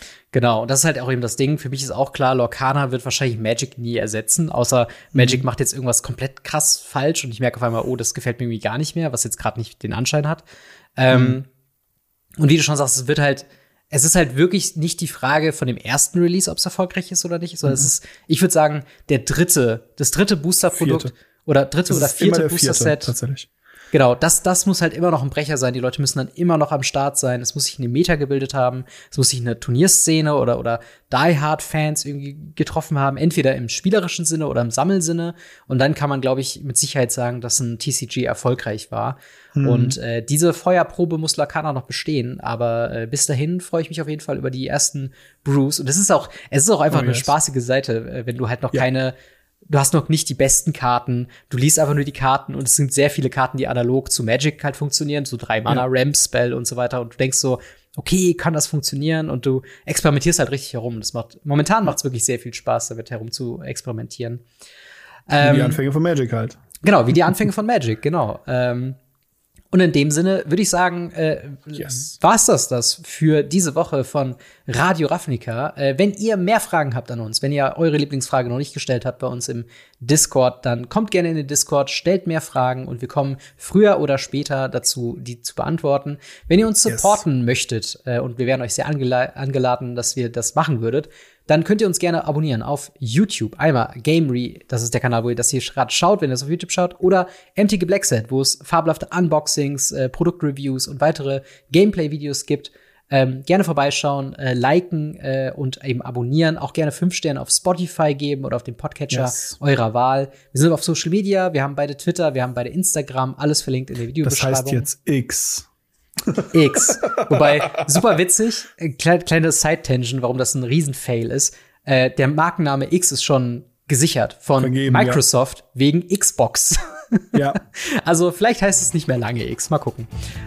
Genau, und das ist halt auch eben das Ding. Für mich ist auch klar, Lorcana wird wahrscheinlich Magic nie ersetzen, außer Magic macht jetzt irgendwas komplett krass falsch und ich merke auf einmal, oh, das gefällt mir irgendwie gar nicht mehr, was jetzt gerade nicht den Anschein hat. Und wie du schon sagst, es ist halt wirklich nicht die Frage von dem ersten Release, ob es erfolgreich ist oder nicht, sondern es ist, ich würde sagen, das dritte Booster-Produkt oder dritte oder vierte Booster-Set. Tatsächlich. Genau, das muss halt immer noch ein Brecher sein. Die Leute müssen dann immer noch am Start sein. Es muss sich eine Meta gebildet haben. Es muss sich eine Turnierszene oder Die-Hard-Fans irgendwie getroffen haben. Entweder im spielerischen Sinne oder im Sammelsinne. Und dann kann man, glaube ich, mit Sicherheit sagen, dass ein TCG erfolgreich war. Und diese Feuerprobe muss Lorcana noch bestehen. Aber bis dahin freue ich mich auf jeden Fall über die ersten Brews. Und es ist auch einfach eine spaßige Seite, wenn du halt noch du hast noch nicht die besten Karten, du liest einfach nur die Karten und es sind sehr viele Karten, die analog zu Magic halt funktionieren, so 3 Mana, Ramp-Spell und so weiter und du denkst so, okay, kann das funktionieren? Und du experimentierst halt richtig herum. Momentan macht's wirklich sehr viel Spaß, damit herum zu experimentieren. Wie die Anfänge von Magic halt. Genau, wie die Anfänge von Magic, genau. Und in dem Sinne würde ich sagen, war's das für diese Woche von Radio Ravnica. Wenn ihr mehr Fragen habt an uns, wenn ihr eure Lieblingsfrage noch nicht gestellt habt bei uns im Discord, dann kommt gerne in den Discord, stellt mehr Fragen und wir kommen früher oder später dazu, die zu beantworten. Wenn ihr uns supporten möchtet, und wir wären euch sehr angeladen, dass wir das machen würdet, dann könnt ihr uns gerne abonnieren auf YouTube. Einmal Gamery, das ist der Kanal, wo ihr das hier gerade schaut, wenn ihr das auf YouTube schaut, oder MTG Blackset, wo es fabelhafte Unboxings, Produktreviews und weitere Gameplay-Videos gibt. Gerne vorbeischauen, liken und eben abonnieren. Auch gerne 5 Sterne auf Spotify geben oder auf dem Podcatcher eurer Wahl. Wir sind auf Social Media, wir haben beide Twitter, wir haben beide Instagram, alles verlinkt in der Videobeschreibung. Das heißt jetzt X. Wobei, super witzig, kleine Side-Tangent, warum das ein Riesen-Fail ist. Der Markenname X ist schon gesichert von Microsoft wegen Xbox. Ja. Also vielleicht heißt es nicht mehr lange X, mal gucken.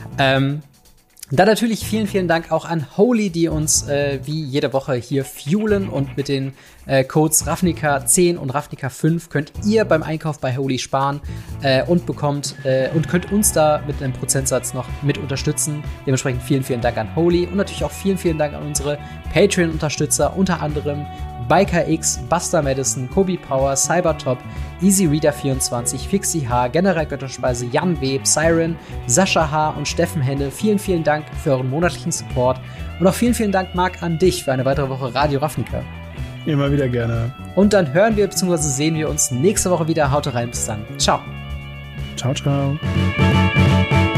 Dann natürlich vielen, vielen Dank auch an Holy, die uns wie jede Woche hier fuelen und mit den Codes Ravnica 10 und Ravnica 5 könnt ihr beim Einkauf bei Holy sparen und könnt uns da mit einem Prozentsatz noch mit unterstützen. Dementsprechend vielen, vielen Dank an Holy und natürlich auch vielen, vielen Dank an unsere Patreon-Unterstützer, unter anderem Biker X, Buster Madison, Kobi Power, Cybertop, EasyReader24, Fixie H, General Götterspeise, Jan Web, Siren, Sascha H. und Steffen Henne. Vielen, vielen Dank für euren monatlichen Support. Und auch vielen, vielen Dank, Marc, an dich für eine weitere Woche Radio Ravnica. Immer wieder gerne. Und dann hören wir bzw. sehen wir uns nächste Woche wieder. Haut rein, bis dann. Ciao. Ciao, ciao.